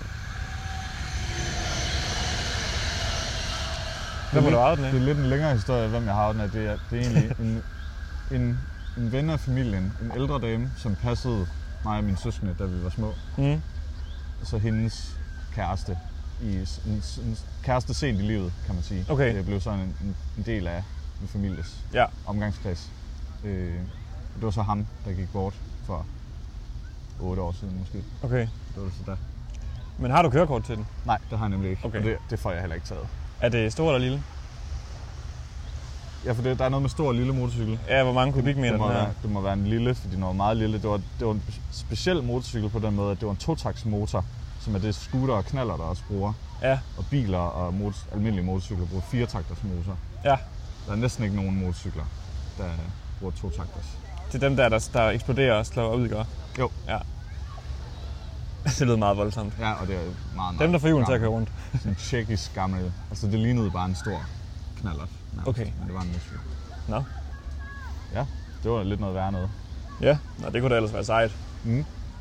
Hvem må du arve den af? Det er lidt en længere historie, hvem jeg har den af. Det er egentlig en ven af familien, en ældre dame, som passede mig og mine søskende, da vi var små. Mm. Og så hendes kæreste. En kæreste sent i livet, kan man sige. Okay. Det blev sådan en del af min families omgangskreds. Det var så ham, der gik bort for 8 år siden måske. Okay. Det var så der. Men har du kørekort til den? Nej, det har jeg nemlig ikke. Okay. Og det får jeg heller ikke taget. Er det stor eller lille? Ja, for der er noget med stor og lille motorcykel. Ja, hvor mange kubikmeter den er? Det må være en lille, fordi den var meget lille. Det var en speciel motorcykel på den måde, at det var en totaktsmotor, som er det scooter og knaller, der også bruger. Ja. Og biler og almindelige motorcykler bruger 4-takters motor. Ja. Der er næsten ikke nogen motorcykler, der bruger 2-takters. Det er dem der eksploderer og slår ud, ikke? Jo. Ja. Det lyder meget voldsomt. Ja, og det er meget dem, der får julen til at køre rundt. Sådan en tjekkisk gammel. Altså, det lignede bare en stor knallert. Okay. Men det var en motorcykel. Nå. Ja, det var lidt noget værre noget. Ja, det kunne da ellers være sejt. Mm.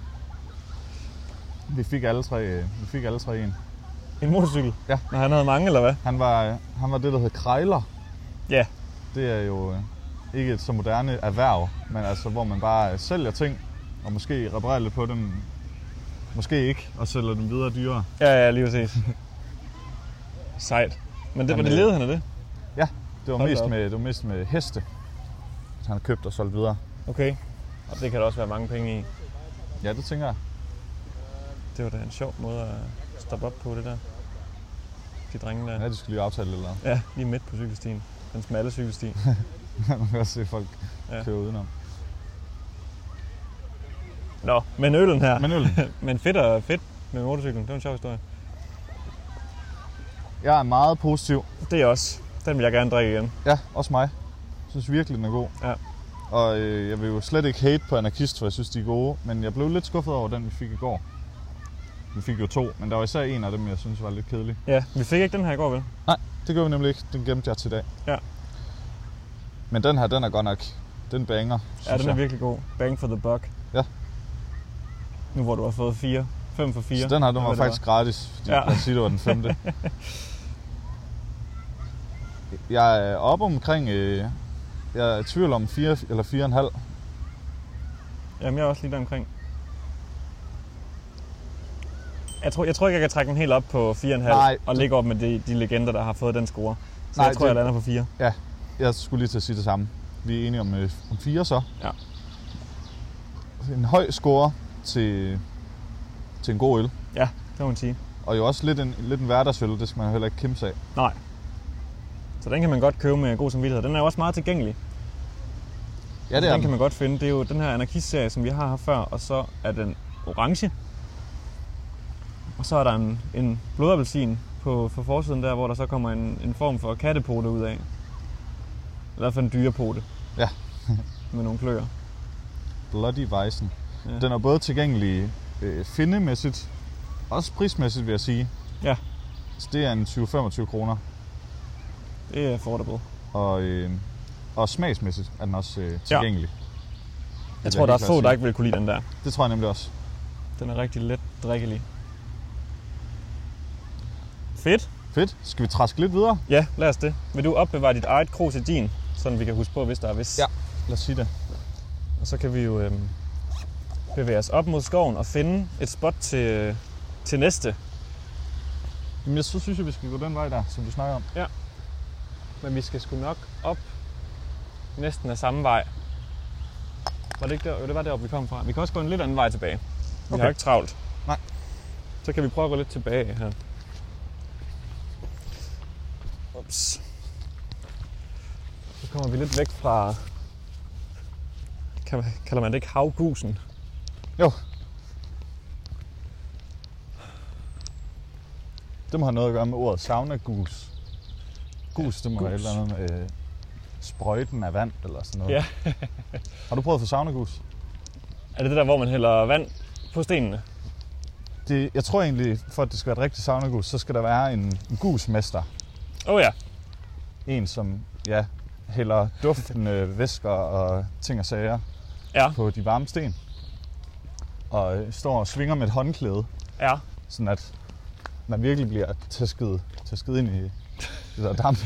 Vi fik alle tre en. En motorcykel? Ja. Når han havde mange, eller hvad? Han var det, der hedder krejler. Ja. Det er jo ikke et så moderne erhverv, men altså, hvor man bare sælger ting, og måske reparerer lidt på dem, måske ikke, og sælger dem videre dyrere. Ja, lige præcis. Sejt. Men det var det levede han af det? Ja, det var mest med heste, han har købt og solgt videre. Okay. Og det kan der også være mange penge i. Ja, det tænker jeg. Det var da en sjov måde at stoppe op på det der. De drenge der. Ja, de skulle lige aftale lidt eller. Ja, lige midt på cykelstien. Den smalle cykelsti. Man kan også se folk køre udenom. Nå, men øllen her. Men men fedt med motorcyklen. Det var en sjov historie. Jeg er meget positiv. Det er også. Den vil jeg gerne drikke igen. Ja, også mig. Jeg synes virkelig, den er god. Ja. Og jeg vil jo slet ikke hate på Anarkist, for jeg synes, de er gode. Men jeg blev lidt skuffet over den, vi fik i går. Vi fik jo 2, men der var især en af dem, jeg synes var lidt kedelig. Ja, vi fik ikke den her i går, vel? Nej, det gør vi nemlig ikke. Den gemte jeg til i dag. Ja. Men den her, den er godt nok. Den banger, ja, den er virkelig god. Bang for the buck. Ja. Nu hvor du har fået 5 for 4. Så den her, den var faktisk gratis, fordi jeg kan sige, det var den 5. Jeg er oppe omkring, jeg er i tvivl om 4 eller 4,5. Jamen, jeg er også lige der omkring. Jeg tror ikke, jeg kan trække den helt op på 4,5 og ligge op med de legender, der har fået den score. Så jeg tror, jeg lander på 4. Ja, jeg skulle lige til at sige det samme. Vi er enige om 4 så. Ja. En høj score til en god øl. Ja, det må man sige. Og jo også lidt en hverdagsøl, det skal man heller ikke kimse af. Nej. Så den kan man godt købe med god samvittighed. Den er jo også meget tilgængelig. Ja, det er den kan man godt finde. Det er jo den her anarkist-serie, som vi har her før, og så er den orange. Og så er der en blodappelsin på forsiden der, hvor der så kommer en form for kattepote ud af. I hvert fald en dyrepote. Ja. Med nogle kløer. Bloody Weizen. Ja. Den er både tilgængelig findemæssigt, også prismæssigt vil jeg sige. Ja. Så det er en 20-25 kroner. Det er affordable. Og smagsmæssigt er den også tilgængelig. Ja. Jeg tror, der er få, der ikke vil kunne lide den der. Det tror jeg nemlig også. Den er rigtig let drikkelig. Fedt. Fedt. Skal vi traske lidt videre? Ja, lad os det. Vil du opbevare dit eget krus i din, så vi kan huske på, hvis der er vis? Ja, lad os sige det. Og så kan vi jo bevæge os op mod skoven og finde et spot til næste. Jamen, så synes jeg, vi skal gå den vej der, som du snakker om. Ja. Men vi skal sgu nok op næsten af samme vej. Var det ikke der? Jo, det var deroppe, vi kom fra. Vi kan også gå en lidt anden vej tilbage. Vi har ikke travlt. Nej. Så kan vi prøve at gå lidt tilbage her. Ups. Så kommer vi lidt væk fra... Kalder man det ikke havgusen? Jo. Det må have noget at gøre med ordet saunagus. Gus, det må være et eller andet med sprøjten af vand eller sådan noget. Ja. Har du prøvet at få saunagus? Er det det der, hvor man hælder vand på stenene? Jeg tror egentlig, for at det skal være et rigtigt saunagus, så skal der være en gusmester. Ja. En, som hælder duftende væsker og ting og sager på de varme sten. Og står og svinger med et håndklæde. Ja. Sådan at man virkelig bliver tæsket ind i det der damp.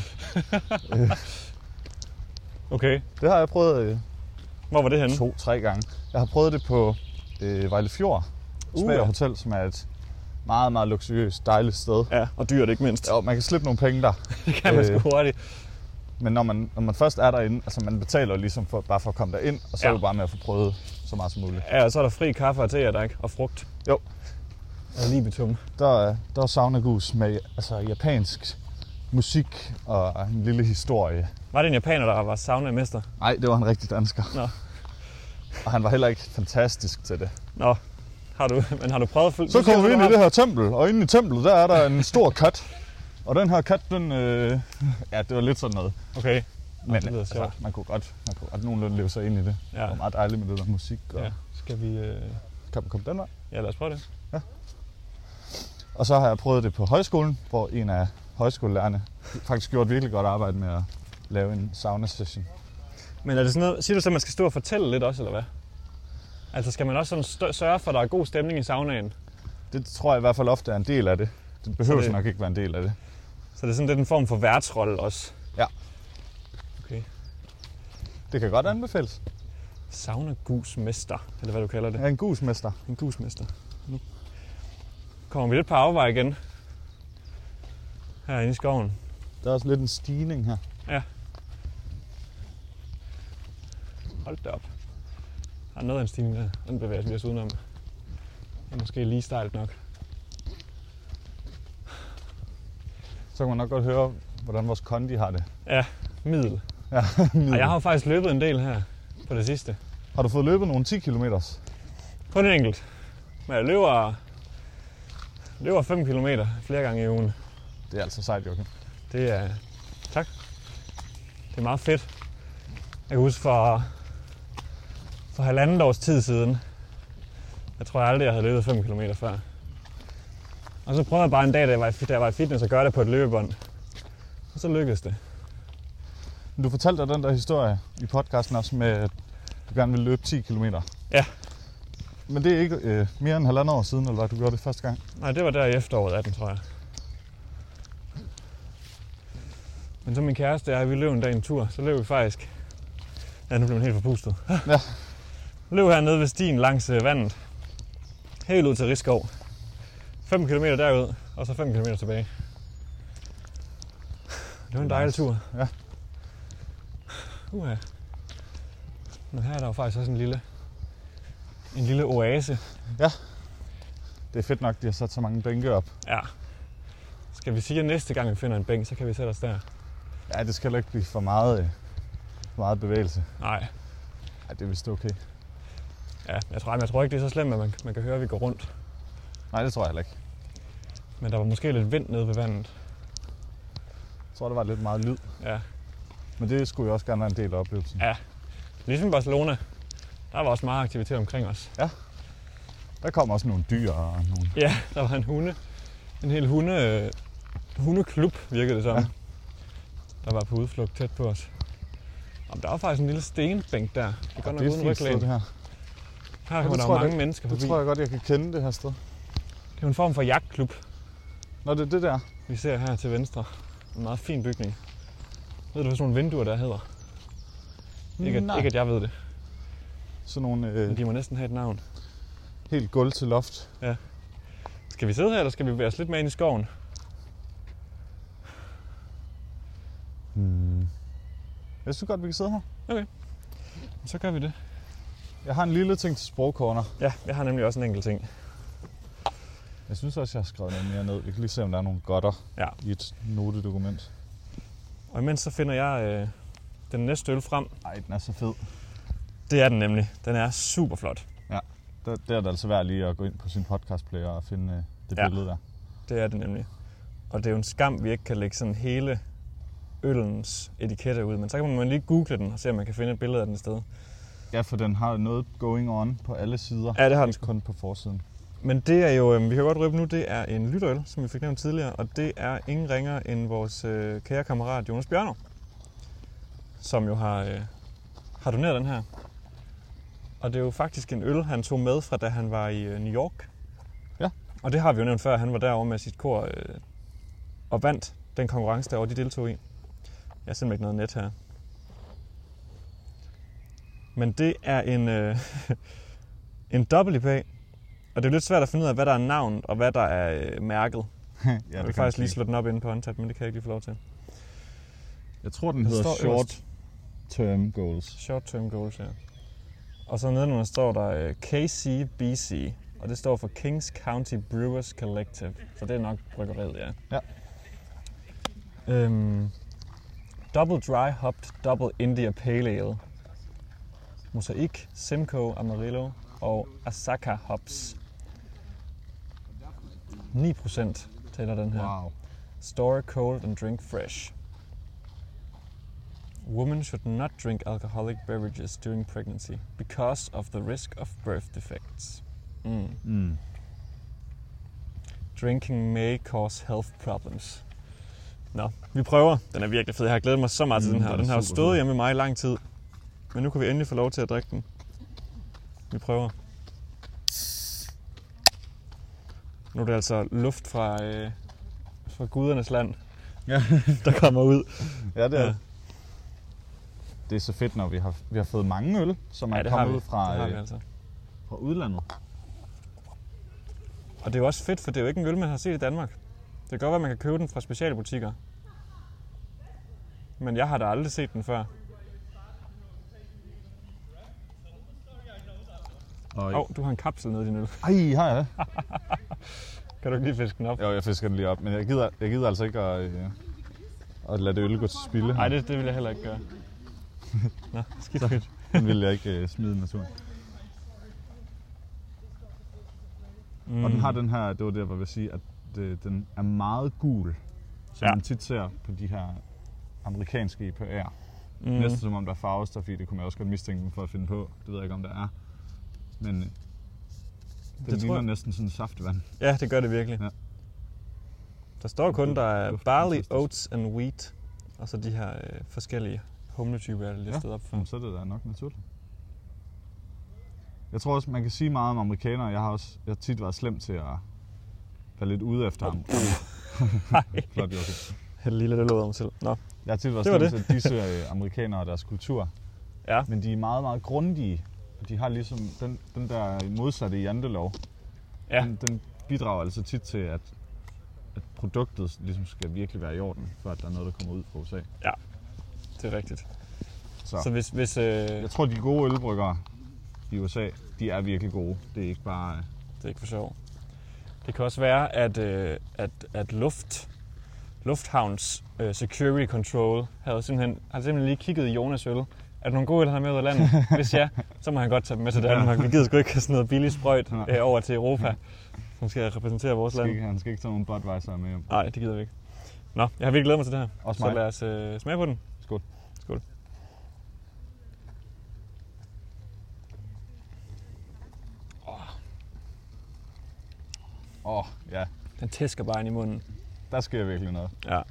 Okay. Det har jeg prøvet hvor var det henne? 2-3 gange. Jeg har prøvet det på Vejle Fjord Spa Hotel, som er et meget, meget luksuriøst, dejligt sted. Ja, og dyrt ikke mindst. Jo, man kan slippe nogle penge der. Det kan man sgu hurtigt. Men når man først er derinde, altså man betaler ligesom bare for at komme derind, og så er det bare med at få prøvet så meget som muligt. Ja, og så er der fri kaffe og te og drik og frugt. Jo. Og libitum. Der er saunagus med japansk musik og en lille historie. Var det en japaner, der var saunamester? Nej, det var en rigtig dansker. Nå. Og han var heller ikke fantastisk til det. Nå. Men har du prøvet... Så kommer vi ind i det her tempel, og inde i templet, der er der en stor kat. Og den her kat, det var lidt sådan noget. Okay. Men altså, man kunne godt nogenlunde leve sig ind i det. Ja. Det var meget dejligt med det der musik. Og ja. Skal vi... Kan komme den vej? Ja, lad os prøve det. Ja. Og så har jeg prøvet det på højskolen, hvor en af højskolelærerne faktisk gjort virkelig godt arbejde med at lave en sauna-session. Men er det sådan noget, siger du så, at man skal stå og fortælle lidt også, eller hvad? Altså skal man også sådan sørge for, at der er god stemning i saunaen? Det tror jeg i hvert fald ofte er en del af det. Det behøver nok ikke være en del af det. Så det er sådan lidt en form for værtsrolle også? Ja. Okay. Det kan godt anbefales. Sauna-gusmester, eller hvad du kalder det? Ja, en gusmester. En gusmester. Nu kommer vi lidt på afvej igen. Herinde i skoven. Der er også lidt en stigning her. Ja. Hold da op. Der er noget af en stigning der. Den bevæger vi os udenom. Det er måske lige stejlt nok. Så kan man nok godt høre, hvordan vores kondi har det. Ja, middel. Ja, middel. Og jeg har jo faktisk løbet en del her på det sidste. Har du fået løbet nogle 10 kilometers? Kun en enkelt. Men jeg løber 5 kilometer flere gange i ugen. Det er altså sejt, Joachim. Det er... Tak. Det er meget fedt. Jeg kan huske for 1,5 års tid siden. Jeg tror aldrig, jeg havde løbet 5 kilometer før. Og så prøvede jeg bare en dag, da jeg var i fitness, at gøre det på et løbebånd. Og så lykkedes det. Du fortalte dig den der historie i podcasten også med, at du gerne ville løbe 10 kilometer. Ja. Men det er ikke mere end 1,5 år siden, eller hvad du gjorde det første gang? Nej, det var der i efteråret 18, tror jeg. Men så min kæreste og jeg, vi løb en dag en tur. Så løb vi faktisk... Ja, nu blev man helt forpustet. Ja. Løb hernede ved stien langs vandet. Helt ud til Rigskov. 5 km derud, og så 5 km tilbage. Det var en dejlig tur. Ja. Men her er der jo faktisk også en lille En lille oase. Ja. Det er fedt nok, de har sat så mange bænke op. Ja. Skal vi sige, at næste gang vi finder en bænk, så kan vi sætte os der? Ja, det skal heller ikke blive for meget bevægelse. Nej. Ja, det er vist okay. Ja, jeg tror ikke, det er så slemt, at man kan høre, at vi går rundt. Nej, det tror jeg heller ikke. Men der var måske lidt vind nede ved vandet. Jeg tror, der var lidt meget lyd. Ja. Men det skulle jo også gerne være en del af oplevelsen. Ja. Ligesom Barcelona. Der var også meget aktivitet omkring os. Ja. Der kom også nogle dyr og nogle... Ja, der var en hel hundeklub, virkede det som. Ja. Der var på udflugt tæt på os. Og der var faktisk en lille stenbænk der. Det er godt nok uden ryglæn. Her kommer der mange mennesker forbi. Det tror jeg godt, jeg kan kende det her sted. Det er en form for jagtklub. Nå, det er det der. Vi ser her til venstre. En meget fin bygning. Ved du, hvad sådan nogle vinduer der hedder? Ikke at jeg ved det. Sådan nogle... De må næsten have et navn. Helt gulv til loft. Ja. Skal vi sidde her, eller skal vi bevæge os lidt mere ind i skoven? Jeg synes godt, vi kan sidde her. Okay. Så gør vi det. Jeg har en lille ting til sprogcorner. Ja, jeg har nemlig også en enkelt ting. Jeg synes også, jeg har skrevet noget mere ned. Vi kan lige se, om der er nogle godter i et notedokument. Og imens så finder jeg den næste øl frem. Ej, den er så fed. Det er den nemlig. Den er super flot. Ja, der er det altså værd lige at gå ind på sin podcastplayer og finde det billede der. Det er det nemlig. Og det er jo en skam, vi ikke kan lægge sådan hele øllens etiketter ud. Men så kan man lige google den og se, om man kan finde et billede af den sted. Ja, for den har noget going on på alle sider. Ja, det har den. Ikke kun på forsiden. Men det er jo, vi kan godt røbe nu, det er en lytterøl, som vi fik nævnt tidligere. Og det er ingen ringer end vores kære kammerat Jonas Bjørner, som jo har doneret den her. Og det er jo faktisk en øl, han tog med fra da han var i New York. Ja. Og det har vi jo nævnt før, han var derovre med sit kor og vandt den konkurrence derovre, de deltog i. Jeg har simpelthen ikke noget net her. Men det er en dobbelt-IPA. Og det er lidt svært at finde ud af, hvad der er navnet og hvad der er mærket. Jeg vil faktisk lige slå den op inde på Untappd, men det kan jeg ikke lige få lov til. Jeg tror, den hedder Short Term Goals. Short Term Goals, ja. Og så nedenunder står der KCBC, og det står for Kings County Brewers Collective. Så det er nok bryggeriet, ja. Double Dry Hopped Double India Pale Ale. Mosaik, Simcoe Amarillo og Asaka Hops. 9% tæller den her. Wow. Store cold and drink fresh. Women should not drink alcoholic beverages during pregnancy because of the risk of birth defects. Drinking may cause health problems. Nå, vi prøver. Den er virkelig fed. Jeg har glædet mig så meget til den her. Den har jo stået hjemme med mig i lang tid. Men nu kan vi endelig få lov til at drikke den. Vi prøver. Nu er det altså luft fra gudernes land, der kommer ud. Ja, det er. Ja. Det er så fedt, når vi har fået mange øl, som er kommet ud fra udlandet. Og det er jo også fedt, for det er jo ikke en øl, man har set i Danmark. Det kan godt være, at man kan købe den fra specialbutikker. Men jeg har da aldrig set den før. Du har en kapsel nede i din øl. Ej, har jeg det? Kan du ikke lige fiske den op? Jo, jeg fisker den lige op, men jeg gider altså ikke at lade det øl gå til spilde. Nej, det vil jeg heller ikke gøre. Nå, skidt. Den vil jeg ikke smide i naturen. Og den har den her, det var det, jeg vil sige, at den er meget gul, som man tit ser på de her amerikanske IPA'er. Næsten som om der er farvestof i, det kunne man også godt mistænke dem for at finde på. Det ved jeg ikke, om der er. Men det ligner næsten sådan en saftvand. Ja, det gør det virkelig. Ja. Der står kun, der er barley, oats and wheat. Og så de her forskellige humletyper, er det listet op for. Så er det da nok naturligt. Jeg tror også, man kan sige meget om amerikanere. Jeg har tit været slem til at være lidt ude efter ham. Flot, Joachim. Helt lille, det lå om selv. Nå. Jeg har tit været slem til at disse amerikanere og deres kultur. Ja. Men de er meget, meget grundige. De har ligesom den der modsatte jantelov. Ja. Den bidrager altså tit til, at produktet ligesom skal virkelig være i orden, for at der er noget, der kommer ud fra USA. Ja, det er rigtigt. Så hvis jeg tror, de gode ølbryggere i USA, De er virkelig gode. Det er ikke bare... Det er ikke for sjov. Det kan også være, at Lufthavns Security Control har simpelthen lige kigget i Jonas øl. Er der nogle gode øl, han har med ud af landet? Hvis ja, så må han godt tage dem med til Danmark. Vi gider sgu ikke have sådan noget billigt sprøjt over til Europa, som skal repræsentere vores land. Han skal ikke tage nogen Budweiser med hjem. Nej, det gider vi ikke. Nå, jeg har virkelig glædet mig til det her. Også så mig. lad os smage på den. Skål. Skål. Ja. Den tæsker bare ind i munden. Der sker virkelig noget. Ja.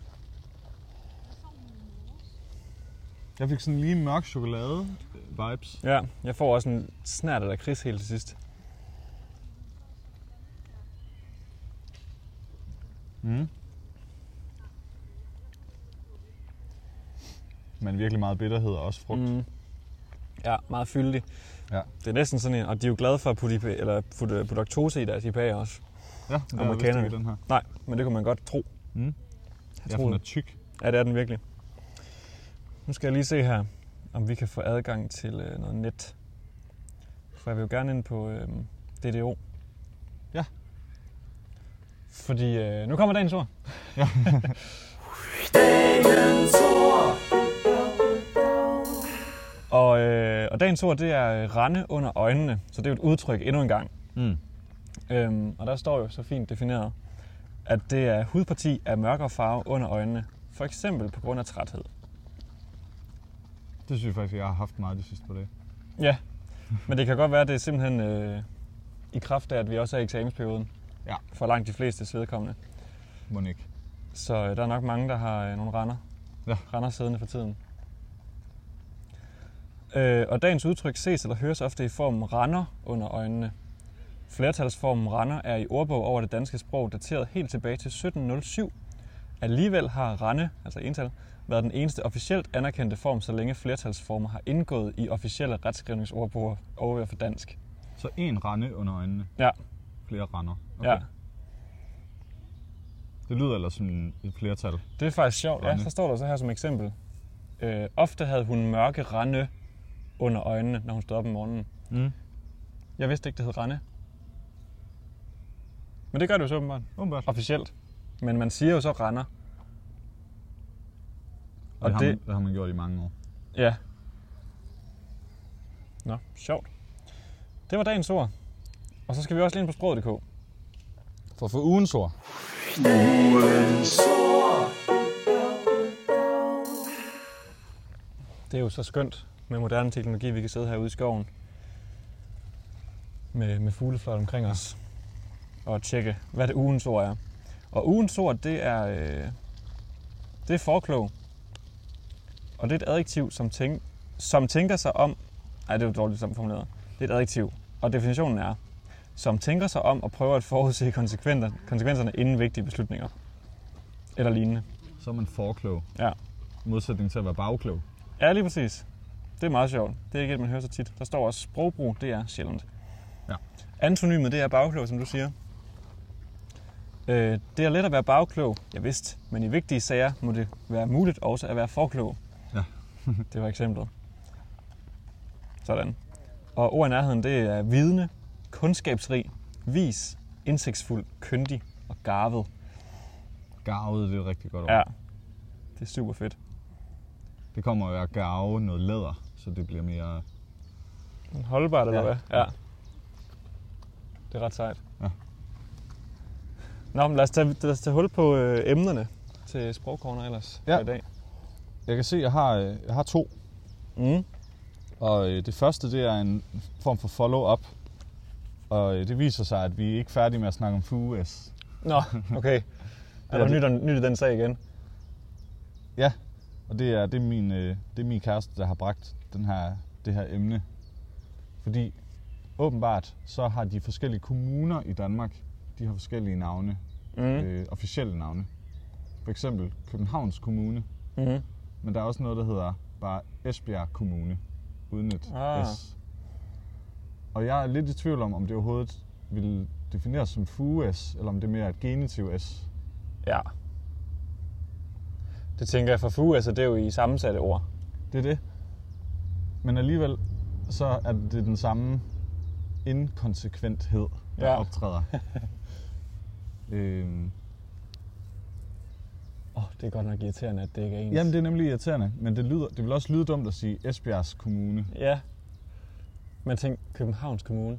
Jeg fik sådan lige mørk chokolade-vibes. Ja, jeg får også en snert af lakrids helt til sidst. Men virkelig meget bitterhed og også frugt. Ja, meget fyldig. Ja. Det er næsten sådan en, og de er jo glade for at putte laktose i deres IPA også. Ja, det er vist ikke den her. Nej, men det kunne man godt tro. Jeg tror, den er tyk. Ja, det er den virkelig. Nu skal jeg lige se her, om vi kan få adgang til noget net. For jeg vil jo gerne ind på DDO. Ja. Fordi nu kommer dagens ord. Ja. Dagens ord. Og dagens ord, det er rande under øjnene. Så det er jo et udtryk endnu en gang. Og der står jo så fint defineret, at det er hudparti af mørkere farve under øjnene. For eksempel på grund af træthed. Det synes jeg faktisk, jeg har haft meget det sidste på det. Ja, men det kan godt være, at det er simpelthen i kraft af, at vi også er i eksamensperioden. Ja. For langt de fleste vedkommende. Må ikke. Så der er nok mange, der har nogle render. Ja. Render siddende for tiden. Og dagens udtryk ses eller høres ofte i formen rander under øjnene. Flertalsformen rander er i ordbog over det danske sprog dateret helt tilbage til 1707. Alligevel har rande, altså ental, været den eneste officielt anerkendte form, så længe flertalsformer har indgået i officielle retskrivningsordboger over for dansk. Så en rande under øjnene? Ja. Flere rander? Okay. Ja. Det lyder ellers som et flertal. Det er faktisk sjovt. Rande. Ja, så står der så her som eksempel. Ofte havde hun mørke rande under øjnene, når hun stod op om morgenen. Jeg vidste ikke, det hed rande. Men det gør det jo så åbenbart. Officielt. Men man siger jo så rander. Og det har man gjort i mange år. Ja. Nå, sjovt. Det var dagens ord. Og så skal vi også lige ind på sproget.dk. For at få ugens ord. Ugens ord. Det er jo så skønt med moderne teknologi, vi kan sidde herude i skoven. Med fuglefløjt omkring os. Og tjekke, hvad det ugens ord er. Og ugens ord, det er forklog. Og det er et adjektiv, som tænker sig om... Nej, det er jo dårligt formuleret. Det er et adjektiv. Og definitionen er, som tænker sig om og prøver at forudse konsekvenserne inden vigtige beslutninger. Eller lignende. Så er man forklog. Ja. Modsætning til at være bagklog. Ja, lige præcis. Det er meget sjovt. Det er ikke et, man hører så tit. Der står også sprogbrug, det er sjældent. Ja. Antonymet, det er bagklog, som du siger. Det er let at være bagklog, ja vist, men i vigtige sager må det være muligt også at være forklog. Ja. Det var eksemplet. Sådan. Og ord i nærheden, det er vidne, kundskabsrig, vis, indsigtsfuld, kyndig og garvet. Garvet, det er et rigtig godt ord. Ja, det er super fedt. Det kommer jo af at garve noget læder, så det bliver mere... Holdbart, eller hvad? Ja. Det er ret sejt. Ja. Nå, men lad os tage hul på emnerne til sprogkorner ellers for i dag. Jeg kan se, at jeg har 2. Og det første, det er en form for follow-up. Og det viser sig, at vi er ikke færdige med at snakke om FUS. Nå, okay. Er der nyt i den sag igen? Ja, og det er min kæreste, der har bragt det her emne. Fordi åbenbart, så har de forskellige kommuner i Danmark, de har forskellige navne, officielle navne. For eksempel Københavns Kommune, men der er også noget, der hedder bare Esbjerg Kommune, uden et S. Og jeg er lidt i tvivl om det overhovedet vil defineres som FUS, eller om det er mere et genitiv S. Ja. Det tænker jeg, for FUS, det er jo i sammensatte ord. Det er det. Men alligevel, så er det den samme inkonsekventhed, der optræder. Det er godt nok irriterende, at det ikke er ens. Jamen, det er nemlig irriterende, men det vil også lyde dumt at sige Esbjergs Kommune. Ja. Men tænk, Københavns Kommune.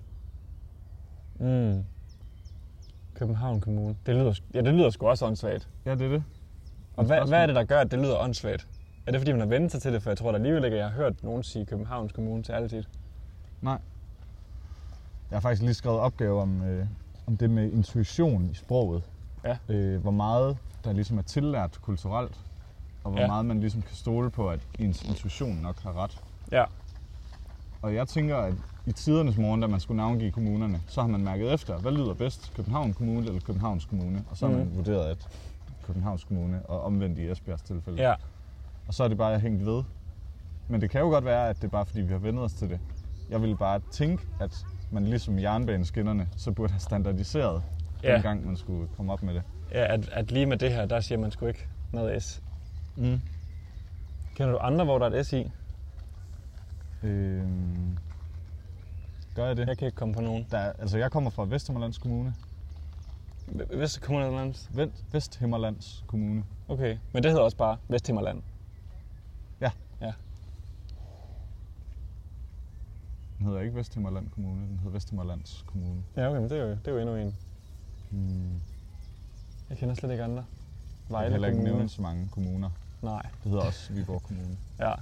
København Kommune. Det lyder sgu også åndssvagt. Ja, det er det. Og hvad er det, der gør, at det lyder åndssvagt? Er det, fordi man har vendt sig til det? For jeg tror da alligevel ikke, at jeg har hørt nogen sige Københavns Kommune til altid. Nej. Jeg har faktisk lige skrevet opgave om det med intuition i sproget. Ja. Hvor meget der ligesom er tillært kulturelt, og hvor meget man ligesom kan stole på, at ens intuition nok har ret. Ja. Og jeg tænker, at i tidernes morgen, da man skulle navngive kommunerne, så har man mærket efter, hvad lyder bedst, Københavns Kommune eller Københavns Kommune? Og så har man vurderet, at Københavns Kommune og omvendt i Esbjergs tilfælde. Ja. Og så er det bare hængt ved. Men det kan jo godt være, at det er bare fordi, vi har vendet os til det. Jeg ville bare tænke, at man ligesom jernbaneskinnerne, så burde have standardiseret, dengang man skulle komme op med det. Ja, at lige med det her, der siger man sgu ikke noget S. Kender du andre, hvor der er et S i? Gør jeg det? Jeg kan ikke komme på nogen. Jeg kommer fra Vesthimmerlands Kommune. Vesthimmerlands? Vesthimmerlands Kommune. Okay, men det hedder også bare Vesthimmerland. Ja. Ja. Den hedder ikke Vesthimmerland Kommune, den hedder Vesthimmerlands Kommune. Ja, okay, men det er jo endnu en. Jeg kender slet ikke andre. Jeg kan heller ikke nævne så mange kommuner. Nej. Det hedder også Viborg Kommune. Ja.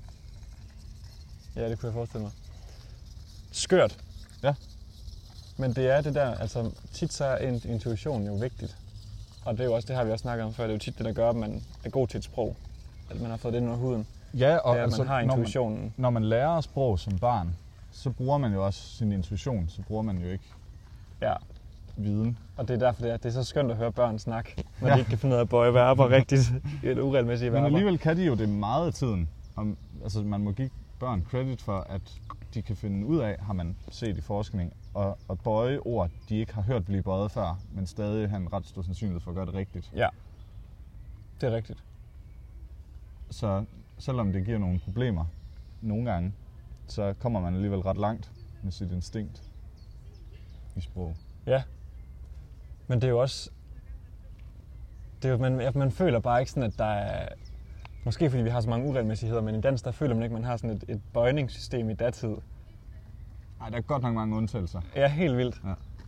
Ja, det kunne jeg forestille mig. Skørt. Ja. Men det er det der, altså tit så er intuition jo vigtigt. Og det er jo også, det har vi også snakket om før, det er jo tit det, der gør, at man er god til et sprog. At man har fået det ind under huden. Ja, og det er, at man har intuitionen. Når man lærer sprog som barn, så bruger man jo også sin intuition, så bruger man jo ikke viden. Og det er derfor, det er så skønt at høre børn snakke, når de ikke kan finde ud af at bøje verber rigtigt, et uregelmæssigt verber. Men alligevel kan de jo det meget af tiden. Altså man må give børn credit for, at de kan finde ud af, har man set i forskning, og bøje ord, de ikke har hørt blive bøjet før, men stadig har en ret stor sandsynlighed for at gøre det rigtigt. Ja, det er rigtigt. Så selvom det giver nogle problemer nogle gange, så kommer man alligevel ret langt med sit instinkt i sprog. Ja, men det er jo også... Man føler bare ikke sådan, at der er... Måske fordi vi har så mange uregelmæssigheder, men i dansk, der føler man ikke, at man har sådan et bøjningssystem i datid. Nej, der er godt nok mange undtagelser. Ja, helt vildt.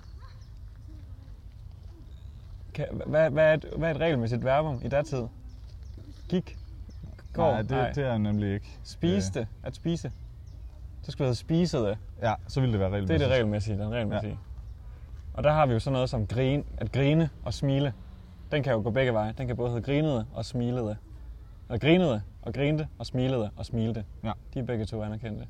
Ja. Hvad er et regelmæssigt verbum i datid? Gik? Går? Nej, det er nemlig ikke. Spiste? At spise? Så skulle det hedde spisede. Ja, så ville det være regelmæssigt. Det er det regelmæssige, den regelmæssige. Ja. Og der har vi jo sådan noget som at grine og smile. Den kan jo gå begge veje. Den kan både hedde grinede og smilede. Eller grinede og grinte og smilede og smilte. Ja. De er begge to anerkendte.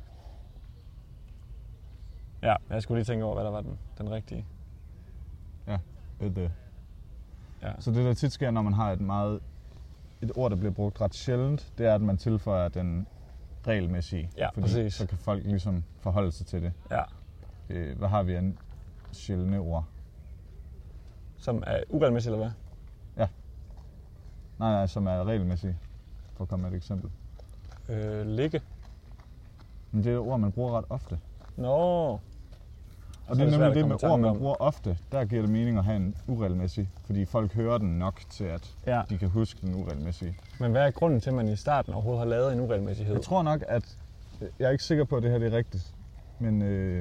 Ja, jeg skulle lige tænke over, hvad der var den rigtige. Ja, det. Ja. Så det der tit sker, når man har et ord, der bliver brugt ret sjældent, det er, at man tilføjer den regelmæssige. Ja, fordi præcis. så kan folk ligesom forholde sig til det. Ja. Hvad har vi af sjældne ord? Som er uregelmæssigt, eller hvad? Ja. Nej, som er regelmæssige. For at komme med et eksempel. Ligge. Men det er et ord, man bruger ret ofte. Nå. Og det er nemlig det med ord, man bruger ofte. Der giver det mening at have en uregelmæssig, fordi folk hører den nok til, at de kan huske den uregelmæssige. Men hvad er grunden til, at man i starten overhovedet har lavet en uregelmæssighed? Jeg tror nok, at... Jeg er ikke sikker på, at det her det er rigtigt. Men...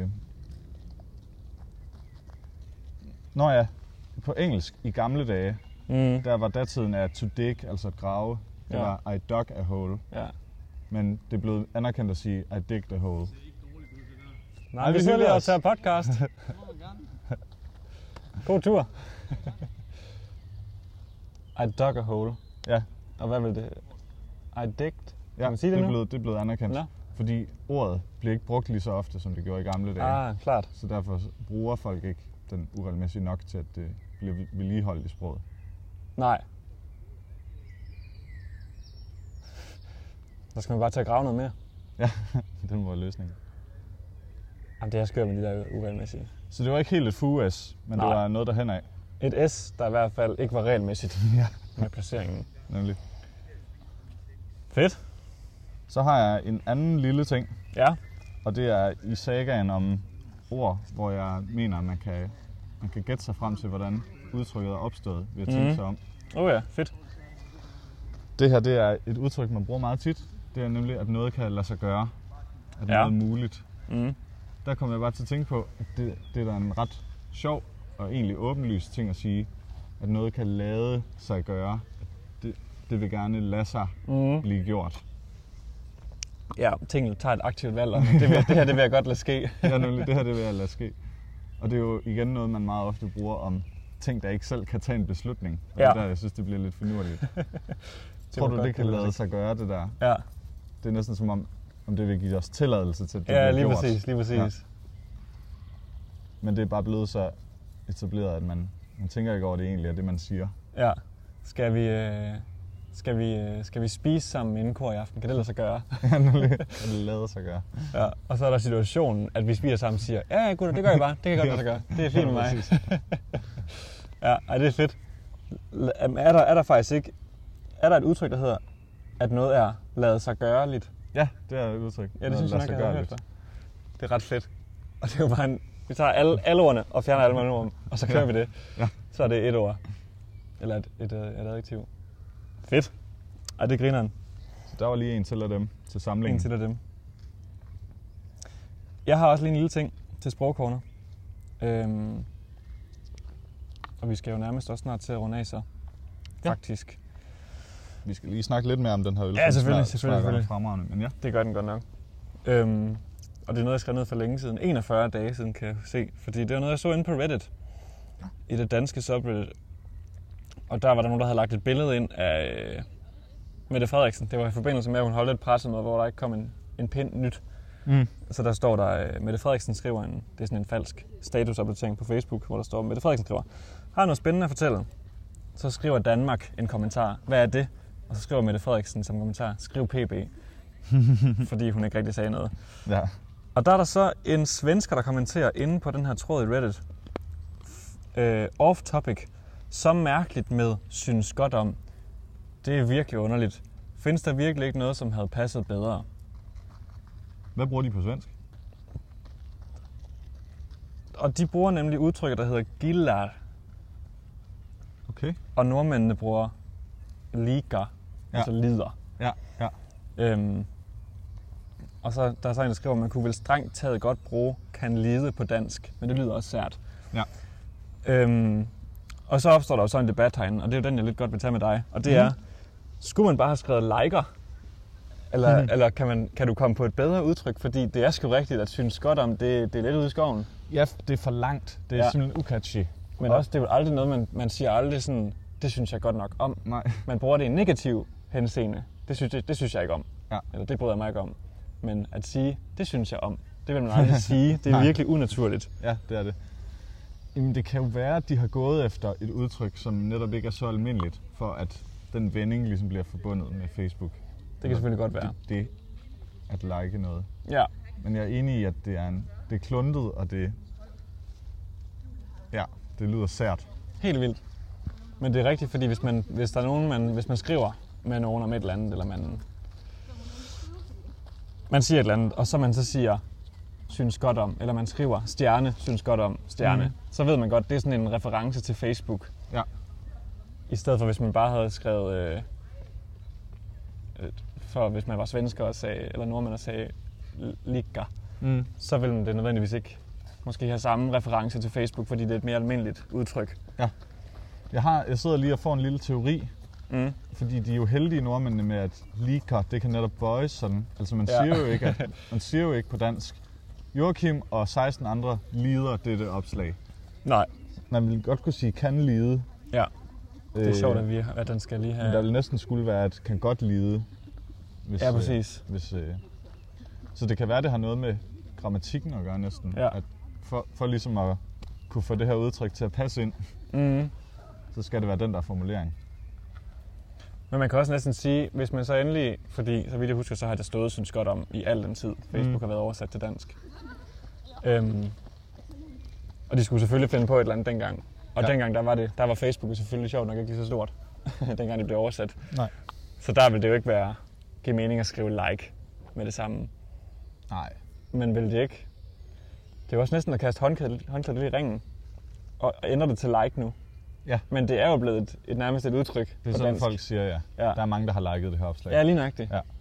Nå ja, på engelsk i gamle dage, der var datiden af to dig, altså at grave. Det var I dug a hole. Ja. Men det blev anerkendt at sige I digged a hole. Nej, vi sidder lige og tager podcast. God tur. I dug a hole. Ja. Og hvad vil det? I digged? Ja, kan man sige det nu? Det er blevet anerkendt. Ja. Fordi ordet bliver ikke brugt lige så ofte, som det gjorde i gamle dage. Ah, klart. Så derfor bruger folk ikke den uregelmæssige nok til, at det bliver vedligeholdt i sproget. Nej. Så skal man bare tage at grave noget mere. Ja, den var løsningen. Jamen, det er skørt med de der uregelmæssige. Så det var ikke helt et FUS, men det var noget derhen af. Et S, der i hvert fald ikke var regelmæssigt med placeringen. Nemlig. Fedt. Så har jeg en anden lille ting. Ja. Og det er i sagaen om ord, hvor jeg mener, at man kan gætte sig frem til, hvordan udtrykket er opstået ved at tænke sig om. Ja, fedt. Det her, det er et udtryk, man bruger meget tit. Det er nemlig, at noget kan lade sig gøre. At noget er muligt. Der kommer jeg bare til at tænke på, at det er da en ret sjov og egentlig åbenlys ting at sige, at noget kan lade sig gøre. Det vil gerne lade sig blive gjort. Ja, tingene tager et aktivt valg, og det her det vil jeg godt lade ske. Ja, nemlig det her det vil jeg lade ske. Og det er jo igen noget, man meget ofte bruger om ting, der ikke selv kan tage en beslutning. Og det er der, jeg synes, det bliver lidt finurligt. Tror du, det kan lade sig gøre, det der? Ja. Det er næsten som om det vil give os tilladelse til, at det bliver gjort. Lige præcis. Ja. Men det er bare blevet så etableret, at man tænker ikke over det egentlig, er det man siger. Ja. Skal vi spise sammen inden kor i aften? Kan det lade sig gøre? Ja, det lader sig gøre. Ja, og så er der situationen, at vi spiser sammen og siger, ja gutter, det gør I bare. Det kan godt lade sig gøre. Det er fint med mig. Ja, det er fedt. Er der faktisk ikke... Er der et udtryk, der hedder, at noget er lade sig gøre lidt? Ja, det er et udtryk. Ja, det synes jeg nok, jeg har hørt efter. Det er ret fedt. Og det er jo bare vi tager alle ordene og fjerner alle mellemrum, og så kører vi det. Ja. Så er det et ord. Eller et adjektiv. Fedt. Ej, det griner han. Så der var lige en til af dem til samlingen. En til af dem. Jeg har også lige en lille ting til sprogcorner. Og vi skal jo nærmest også snart til at runde af så. Faktisk. Vi skal lige snakke lidt mere om den her øl. Ja, selvfølgelig. Fremragende, men ja. Det gør den godt nok. Og det er noget, jeg skrev ned for længe siden. 41 dage siden, kan jeg se. Fordi det var noget, jeg så inde på Reddit. I det danske subreddit. Og der var der nogen, der havde lagt et billede ind af Mette Frederiksen. Det var i forbindelse med, at hun holdt et pressemøde, hvor der ikke kom en pind nyt. Så der står der, Mette Frederiksen skriver det er sådan en falsk statusopdatering på Facebook, hvor der står, Mette Frederiksen skriver, har noget spændende at fortælle? Så skriver Danmark en kommentar. Hvad er det? Og så skriver Mette Frederiksen som kommentar, skriv PB. Fordi hun ikke rigtig sagde noget. Ja. Og der er der så en svensker, der kommenterer inde på den her tråd i Reddit. Off topic. Så mærkeligt med synes godt om. Det er virkelig underligt. Findes der virkelig ikke noget, som havde passet bedre? Hvad bruger de på svensk? Og de bruger nemlig udtrykket, der hedder gillar. Okay. Og nordmændene bruger lika, altså lider. Ja. Og så der er så en, der skriver, at man kunne vel strengt taget godt bruge kan lide på dansk, men det lyder også sært. Ja. Og så opstår der jo så en debat herinde, og det er jo den, jeg lidt godt vil tage med dig. Og det er, skulle man bare have skrevet liker? Eller kan du komme på et bedre udtryk? Fordi det er sgu rigtigt, at synes godt om, det er lidt ude i skoven. Ja, det er for langt. Det er simpelthen ukatchy. Men også, det er jo aldrig noget, man siger aldrig sådan, det synes jeg godt nok om. Nej. Man bruger det i en negativ henseende. Det synes jeg ikke om. Ja. Eller det bryder jeg mig ikke om. Men at sige, det synes jeg om, det vil man aldrig sige. Det er virkelig unaturligt. Ja, det er det. Jamen, det kan jo være, at de har gået efter et udtryk, som netop ikke er så almindeligt, for at den vending ligesom bliver forbundet med Facebook. Det kan selvfølgelig godt være. Det at like noget. Ja. Men jeg er enig i, at det er kluntet, og det lyder sært. Helt vildt. Men det er rigtigt, fordi hvis der er nogen, hvis man skriver med nogen om et eller andet, eller man siger et eller andet, og så man så siger synes godt om, eller man skriver stjerne, synes godt om, stjerne, så ved man godt, det er sådan en reference til Facebook. Ja. I stedet for, hvis man bare havde skrevet, for hvis man var svensker og sagde, eller nordmænd og sagde lika, så ville det nødvendigvis ikke måske have samme reference til Facebook, fordi det er et mere almindeligt udtryk. Ja. Jeg sidder lige og får en lille teori, fordi de er jo heldige nordmændene med, at lika, det kan netop bøjes sådan. Altså man siger jo ikke på dansk, Joachim og 16 andre lider dette opslag. Nej. Man vil godt kunne sige kan lide. Ja. Det er sjovt, at den skal lige have... Men der vil næsten skulle være, at kan godt lide. Hvis, ja, præcis. Så det kan være, det har noget med grammatikken at gøre næsten. Ja. At for ligesom at kunne få det her udtryk til at passe ind, så skal det være den der formulering. Men man kan også næsten sige, hvis man så endelig, fordi så vidt jeg husker, så har der stået synes godt om i al den tid. Facebook har været oversat til dansk. Og de skulle selvfølgelig finde på et eller andet dengang. Og dengang der var Facebook selvfølgelig sjovt nok ikke lige så stort, dengang de blev oversat. Nej. Så der ville det jo ikke give mening at skrive like med det samme. Nej. Men vil det ikke? Det er jo også næsten at kaste håndklædet lidt i ringen. Og ændre det til like nu. Ja. Men det er jo blevet nærmest et udtryk. Det er sådan, folk siger, ja. Der er mange, der har liket det her opslag. Ja, lige nøjagtigt. Ja.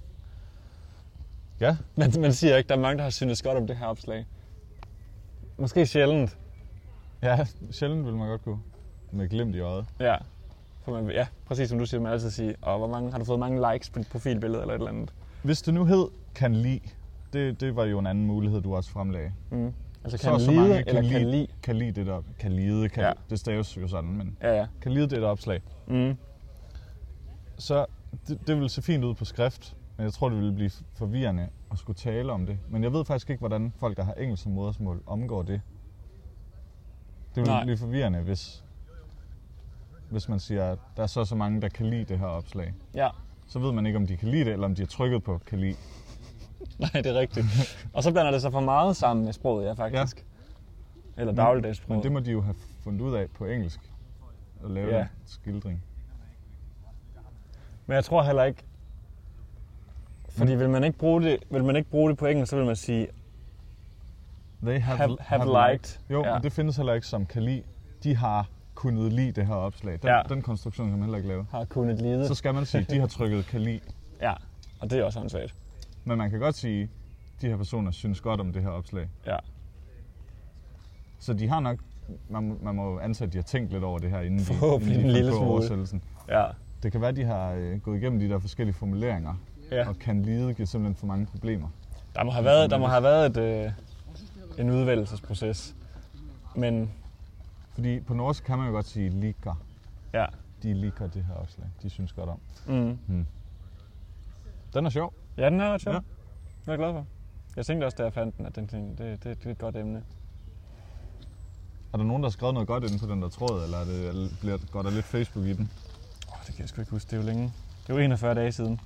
Ja. Men man siger ikke, der er mange, der har syntes godt om det her opslag. Måske sjældent. Ja, sjældent vil man godt kunne. Med glimt i øjet. Ja. Ja, præcis som du siger, man altid sige, og hvor mange, har du fået mange likes på dit profilbillede eller et eller andet? Hvis det nu hed kan lide, det var jo en anden mulighed, du også fremlagde. Mm. Altså kan lide eller kan lide? Kan lide det der. Kan lide, det staves jo sådan, men kan lide det der opslag. Mm. Så det ville se fint ud på skrift, men jeg tror, det ville blive forvirrende at skulle tale om det. Men jeg ved faktisk ikke, hvordan folk, der har engelsk som modersmål, omgår det. Det ville blive forvirrende, hvis man siger, at der er så mange, der kan lide det her opslag. Ja. Så ved man ikke, om de kan lide det, eller om de har trykket på kan lide. Nej, det er rigtigt. Og så blander det sig for meget sammen med sproget, ja, faktisk. Ja. Eller dagligdagssproget. Men det må de jo have fundet ud af på engelsk. At lave en skildring. Men jeg tror heller ikke... Fordi vil man ikke bruge det på engelsk, så vil man sige... They have liked. Jo, men det findes heller ikke som kan lide. De har kunnet lide det her opslag. Den konstruktion kan man heller ikke lave. Har kunnet lide. Så skal man sige, de har trykket kan lide. Ja, og det er også åndssvagt. Men man kan godt sige, de her personer synes godt om det her opslag. Ja. Så de har nok... Man må jo antage, at de har tænkt lidt over det her, inden de lille på oversættelsen. Ja. Det kan være, at de har gået igennem de der forskellige formuleringer, og kan lide giver simpelthen for mange problemer. Der må have været en udvælgelsesproces. Men... Fordi på norsk kan man jo godt sige liker. Ja. De liker det her opslag. De synes godt om. Mm. Den er sjov. Ja, den er ret sjov. Ja. Det er jeg glad for. Jeg tænkte også, da jeg fandt den, at det er et godt emne. Er der nogen, der har skrevet noget godt inde på den der tråd, eller går der lidt Facebook i den? Det kan jeg sgu ikke huske. Det er jo længe. Det er jo 41 dage siden.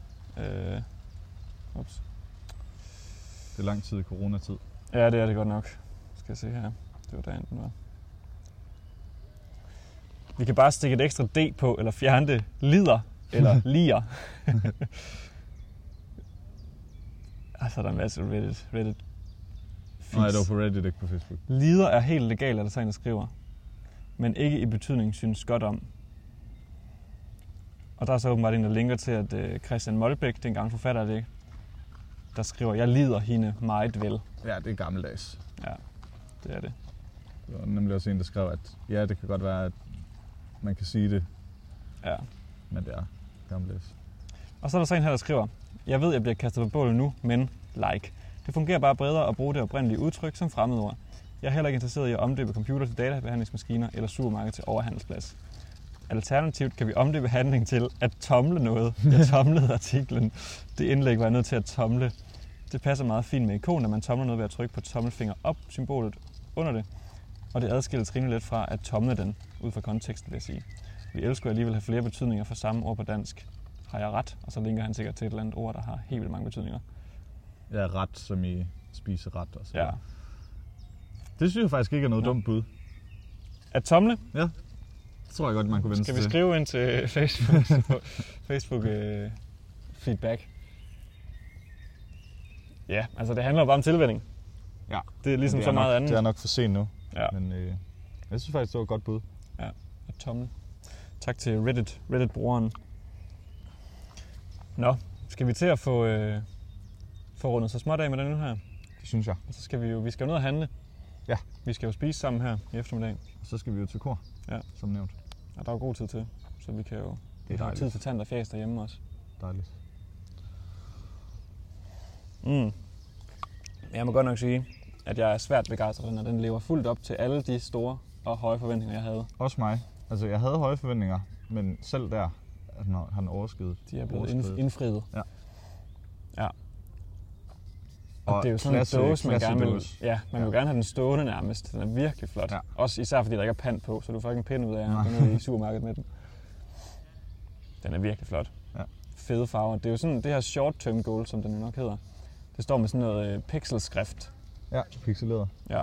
Ups. Det er lang tid i coronatid. Ja, det er det godt nok. Skal jeg se her. Det var dagen, den var. Vi kan bare stikke et ekstra D på, eller fjerne det. Lider, eller lier. Altså, der er en masse Reddit. Nej, det var på Reddit, ikke på Facebook. Lider er helt legalt, er der så en, der skriver. Men ikke i betydning synes godt om. Og der er så åbenbart en, der linker til, at Christian Molbæk, det er en gammel forfatter, er det ikke? Der skriver, jeg lider hende meget vel. Ja, det er gammeldags. Ja, det er det. Der var nemlig også en, der skrev, at ja, det kan godt være, at man kan sige det. Ja. Men det er gammeldags. Og så er der så en her, der skriver, jeg ved, jeg bliver kastet på bålet nu, men like. Det fungerer bare bedre at bruge det oprindelige udtryk som fremmedord. Jeg er heller ikke interesseret i at omdøbe computer til databehandlingsmaskiner eller supermarked til overhandelsplads. Alternativt kan vi omdøbe handling til at tomle noget. Jeg tomlede artiklen. Det indlæg var jeg nødt til at tomle. Det passer meget fint med ikon, når man tomler noget ved at trykke på tommelfinger op, symbolet under det. Og det adskilles rimelig let fra at tomle den, ud fra konteksten vil jeg sige. Vi elsker alligevel have flere betydninger for samme ord på dansk. Har jeg ret? Og så linker han sikkert til et eller andet ord, der har helt vildt mange betydninger. Ja, ret som i spise ret og så. Ja. Det synes jeg faktisk ikke er noget dumt bud. At tomle? Ja. Det tror jeg godt, man kunne vende til. Skal vi skrive ind til Facebook feedback? Ja, altså det handler jo bare om tilvænning. Ja. Det er ligesom så meget andet. Det er nok for sent nu. Ja. Men jeg synes faktisk, det var et godt bud. Ja, at tomle. Tak til Reddit-brugeren. Nå, skal vi til at få rundet så småt af med den nu her? Det synes jeg. Og så skal vi skal jo ned og handle. Ja. Vi skal jo spise sammen her i eftermiddag. Og så skal vi jo til kor, som nævnt. Og der er jo god tid til, så vi kan jo... Vi har tid til tand og fjæs derhjemme også. Dejligt. Jeg må godt nok sige, at jeg er svært begejstret, når den lever fuldt op til alle de store og høje forventninger, jeg havde. Også mig. Altså, jeg havde høje forventninger, men selv der har den overskredet. De er blevet indfriet. Ja. Ja. Og det er jo sådan en dåse, man gerne vil... Ja, man vil gerne have den stående nærmest. Den er virkelig flot. Ja. Også især fordi der ikke er pant på, så du får ikke en pind ud af at gå ned i supermarkedet med den. Den er virkelig flot. Ja. Fede farver. Det er jo sådan det her short-term goal, som den nok hedder. Det står med sådan noget pixelskrift. Ja, pixeleret. Ja.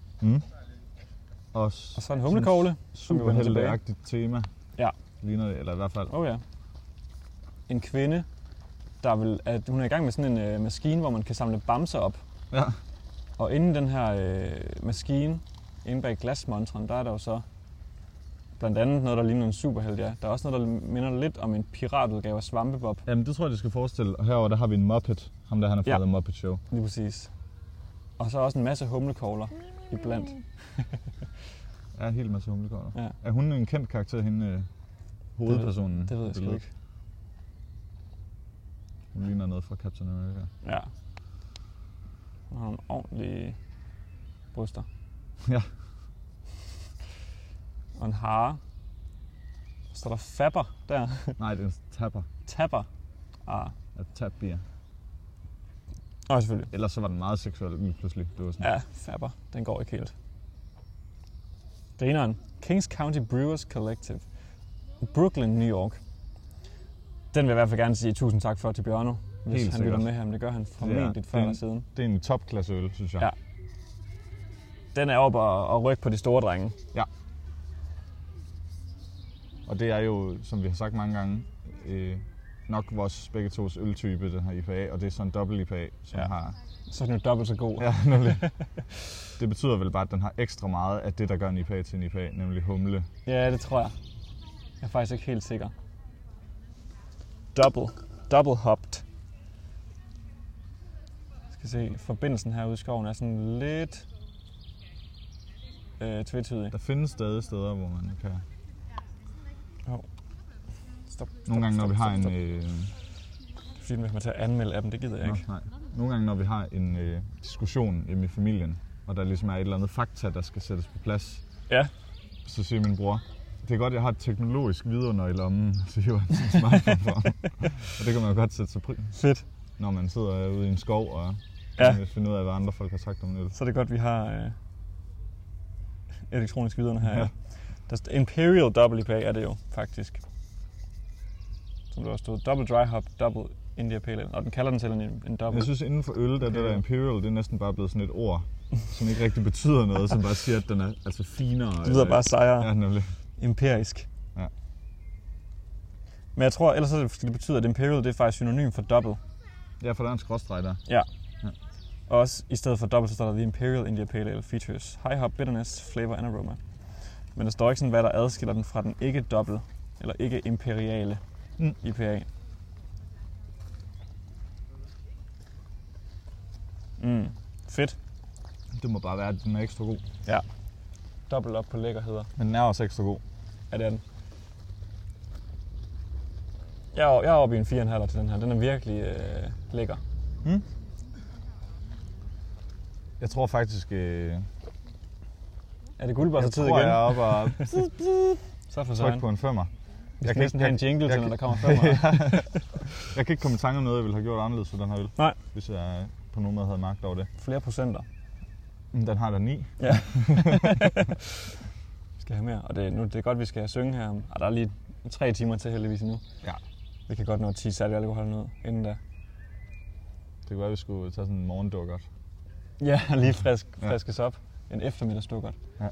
Og så en humlekogle. Superhelteagtigt tema. Ja. Ligner det, eller i hvert fald. Ja. En kvinde, hun er i gang med sådan en maskine, hvor man kan samle bamser op. Ja. Og inde i den her maskine, inde bag glasmontren, der er der jo så blandt andet noget, der ligner en superhelt, ja. Der er også noget, der minder lidt om en piratudgave af Svampebob. Jamen, det tror jeg, det skal forestille. Og herover der har vi en Muppet. Ham der, han er fra The Muppet Show. Lige præcis. Og så også en masse humlekogler iblandt. Ja, en hel masse humlekogler. Ja. Er hun en kendt karakter, hende hovedpersonen? Det ved jeg sgu ikke. Hun ligner noget fra Captain America. Ja. Hun har nogle ordentlige bryster. Ja. Og en hare. Står der fapper der? Nej, det er en tapper. Tapper. Ah. At tapbier. Selvfølgelig. Ellers så var den meget seksuel lige pludselig. Det var sådan. Ja, fapper. Den går ikke helt. Grineren. Kings County Brewers Collective. Brooklyn, New York. Den vil jeg i hvert fald gerne sige tusind tak for til Bjørno, hvis Helt han lytter sikkert. med her. Men det gør han formentlig før eller siden. Det er en topklasse øl, synes jeg. Ja. Den er oppe og rykke på de store drenge. Ja. Og det er jo, som vi har sagt mange gange, nok vores begge tos øltype, den her IPA, og det er sådan en dobbelt IPA, som har... Så er den jo dobbelt så god. Ja, nemlig. Det betyder vel bare, at den har ekstra meget af det, der gør en IPA til en IPA, nemlig humle. Ja, det tror jeg. Jeg er faktisk ikke helt sikker. Double hopped. Skal se, forbindelsen herude i skoven er sådan lidt tvetydig. Der findes stadig steder, hvor man kan... Stop. Nogle gange, når vi har en... Fordi man til at anmelde appen, det gider jeg ikke. Nej. Nogle gange, når vi har en diskussion hjemme i familien, og der ligesom er et eller andet fakta, der skal sættes på plads, ja. Så siger min bror, det er godt, jeg har et teknologisk vidunder i lommen, så hiver han sin smartphone for. Og det kan man jo godt sætte sig fedt, når man sidder ude i en skov og finder ud af, hvad andre folk har sagt om øl. Så er det godt, vi har elektronisk vidunder her. Ja. Der Imperial Double IPA er det jo faktisk. Som der også stod. Double Dry Hop, Double India Pale Ale. Og den kalder den til en double. Jeg synes, inden for øl, det der Imperial, det er næsten bare blevet sådan et ord, som ikke rigtig betyder noget, som bare siger, at den er altså finere. Det lyder bare sejere. Ja, nemlig. Imperisk. Ja. Men jeg tror, ellers så det betyder, at Imperial det er faktisk synonym for double. Ja, for der er en skråstreg der. Ja. Og også i stedet for double, så står der The Imperial India Pale Ale features high hop bitterness, flavor and aroma. Men der står ikke sådan, hvad der adskiller den fra den ikke double, eller ikke imperiale IPA. Fedt. Det må bare være, at den er ekstra god. Ja. Dobbelt op på lækkerheder. Men den er også ekstra god. Ja, det er den. Jeg er oppe i en 4,5 til den her. Den er virkelig lækker. Jeg tror faktisk... Er det guldbosser-tid igen? Jeg tror, jeg er oppe og så for tryk på en 5'er. Jeg kan næsten have en jingle til, når der kommer 5'er. Jeg kan ikke komme i tanke om noget, jeg ville have gjort anderledes for den her øl. Nej. Hvis jeg på nogen måde havde magt over det. Flere procenter. Den har der 9. Ja. Vi skal have mere. Og det er godt, vi skal synge her. Og der er lige 3 timer til heldigvis nu. Ja. Vi kan godt nå 10 særlig alkohol ned inden da. Det kunne være, vi skulle tage sådan en morgendukkert. Ja, lige friskes op. En eftermiddagsdukkert. Ja.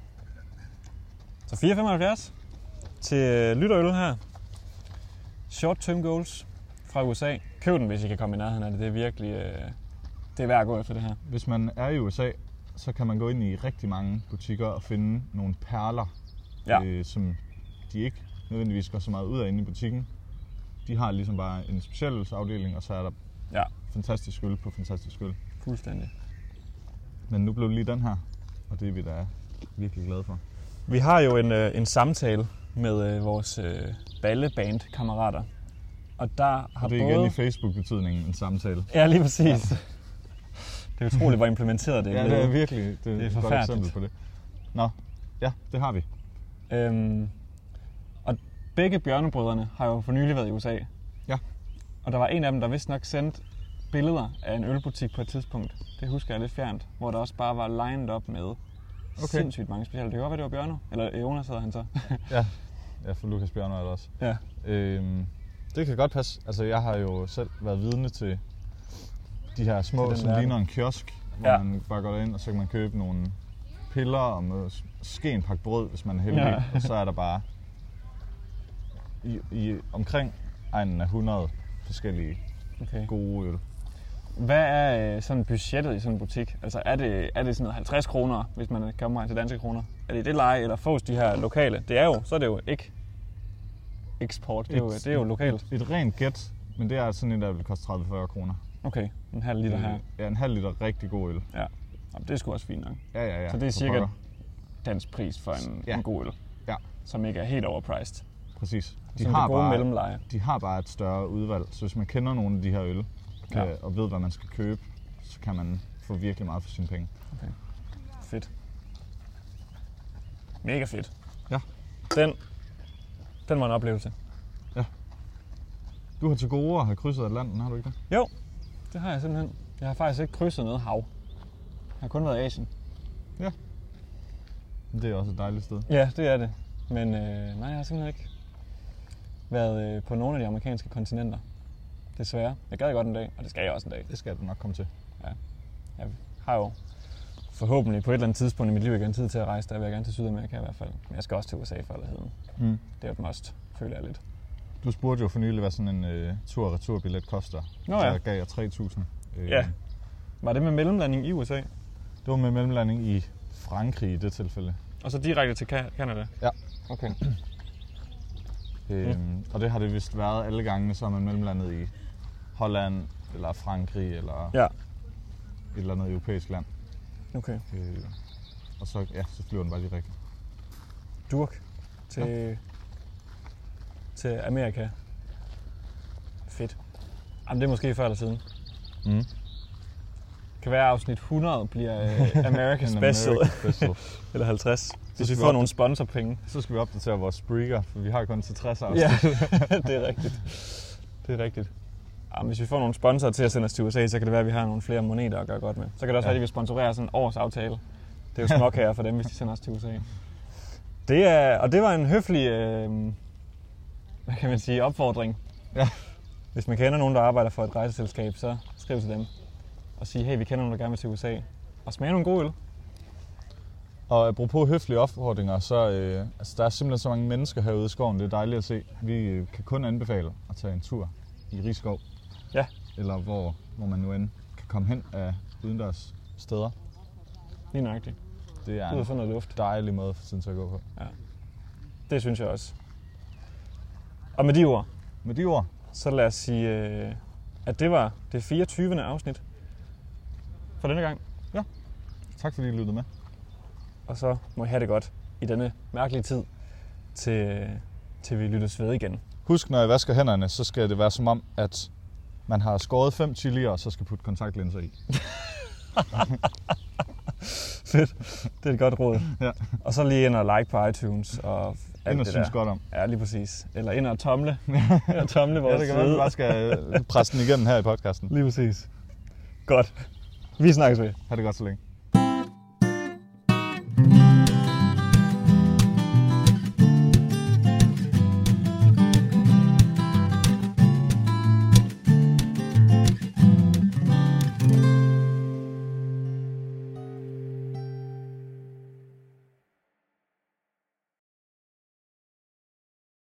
Så 4,75 til lytterøl her. Short term goals fra USA. Køb den, hvis I kan komme i nærheden af det. Det er virkelig det er værd at gå efter det her. Hvis man er i USA, så kan man gå ind i rigtig mange butikker og finde nogle perler, som de ikke nødvendigvis går så meget ud af inde i butikken. De har ligesom bare en specialafdeling, og så er der fantastisk øl på fantastisk øl. Fuldstændig. Men nu blev det lige den her, og det er vi da virkelig glade for. Vi har jo en samtale med vores balleband-kammerater. Og der har og det er igen i Facebook-betydningen en samtale. Ja, lige præcis. Ja. Det er utroligt, hvor implementeret det er. Ja, det er virkelig det er et godt eksempel på det. Nå, ja, det har vi. Og begge Bjørnebrødrene har jo for nylig været i USA. Ja. Og der var en af dem, der vist nok sendte billeder af en ølbutik på et tidspunkt. Det husker jeg lidt fjernt. Hvor der også bare var lined op med sindssygt mange specialer. Det kan godt være, det var Bjørno. Eller Jonas hedder han så. Ja, for Lukas Bjørno er det også. Ja. Det kan godt passe. Altså, jeg har jo selv været vidne til de her små, som ligner en kiosk, hvor man bare går derind, og så kan man købe nogle piller og måske en pakke brød, hvis man er heldig. Ja. Og så er der bare i omkring egnen af 100 forskellige gode øl. Hvad er sådan budgettet i sådan en butik? Altså er det sådan noget 50 kroner, hvis man kommer til danske kroner? Er det leje, eller fås de her lokale? Så er det jo ikke eksport, det er jo lokalt. Et rent gæt, men det er sådan en, der vil koste 30-40 kroner. Okay, en halv liter her. Ja, en halv liter rigtig god øl. Ja, det er sgu også fint nok. Ja. Så det er cirka dansk pris for en god øl, som ikke er helt overpriced. Præcis. De har gode mellemleje. De har bare et større udvalg, så hvis man kender nogle af de her øl, og ved, hvad man skal købe, så kan man få virkelig meget for sine penge. Okay. Fedt. Mega fedt. Ja. Den var en oplevelse. Ja. Du har til gode at have krydset Atlanten, har du ikke det? Jo, det har jeg simpelthen. Jeg har faktisk ikke krydset noget hav. Jeg har kun været i Asien. Ja. Det er også et dejligt sted. Ja, det er det. Men nej, jeg har simpelthen ikke været på nogle af de amerikanske kontinenter. Desværre. Jeg gad godt en dag, og det skal jeg også en dag. Det skal du nok komme til. Ja. Jeg har jo forhåbentlig på et eller andet tidspunkt i mit liv igen tid til at rejse. Der vil jeg gerne til Sydamerika i hvert fald. Men jeg skal også til USA for eller heden. Det er et must, føler jeg lidt. Du spurgte jo for nylig, hvad sådan en tur-retur-billet koster. Nå ja. Så gav jeg 3.000. Ja. Var det med mellemlanding i USA? Det var med mellemlanding i Frankrig i det tilfælde. Og så direkte til Canada? Ja. Okay. Og det har det vist været alle gangene, så er man mellemlandet i Holland eller Frankrig eller et eller andet europæisk land. Okay. Og så flyver den bare direkte. Durk til Amerika. Fedt. Jamen, det er måske før eller siden. Kan være afsnit 100 bliver America Special. Eller 50. Hvis vi får nogle sponsorpenge. Så skal vi opdatere vores Spreaker, for vi har kun til 60 afsnit. Ja, det er rigtigt. Jamen, hvis vi får nogle sponsorer til at sende os til USA, så kan det være, at vi har nogle flere moneter at gøre godt med. Så kan det også være, at de vil sponsorere sådan en årsaftale. Det er jo småkager for dem, hvis de sender os til USA. Det var en høflig, hvad kan man sige, opfordring. Ja. Hvis man kender nogen, der arbejder for et rejseselskab, så skriv til dem. Og sige, hey, vi kender nogen, der gerne vil til USA. Og smage nogle gode øl. Og apropos høflige opfordringer, så der er simpelthen så mange mennesker herude i skoven. Det er dejligt at se. Vi kan kun anbefale at tage en tur i Rigskov. Ja. Eller hvor man nu end kan komme hen af udendørs steder. Lige nøjagtigt. Det er en noget luft. Dejlig måde for tiden til at gå på. Ja. Det synes jeg også. Og med de ord, så lad os sige, at det var det 24. afsnit for denne gang. Ja. Tak fordi I lyttede med. Og så må I have det godt i denne mærkelige tid, til vi lyttes ved igen. Husk, når I vasker hænderne, så skal det være som om, at man har skåret 5 chilier, og så skal putte kontaktlinser i. Fedt. Det er et godt råd. Ja. Og så lige ind og like på iTunes. Og ind og synes godt om. Ja, lige præcis. Eller ind og tomle. Tomle vores det kan være, at vi bare skal presse den igennem her i podcasten. Lige præcis. Godt. Vi snakkes ved. Ha' det godt så længe.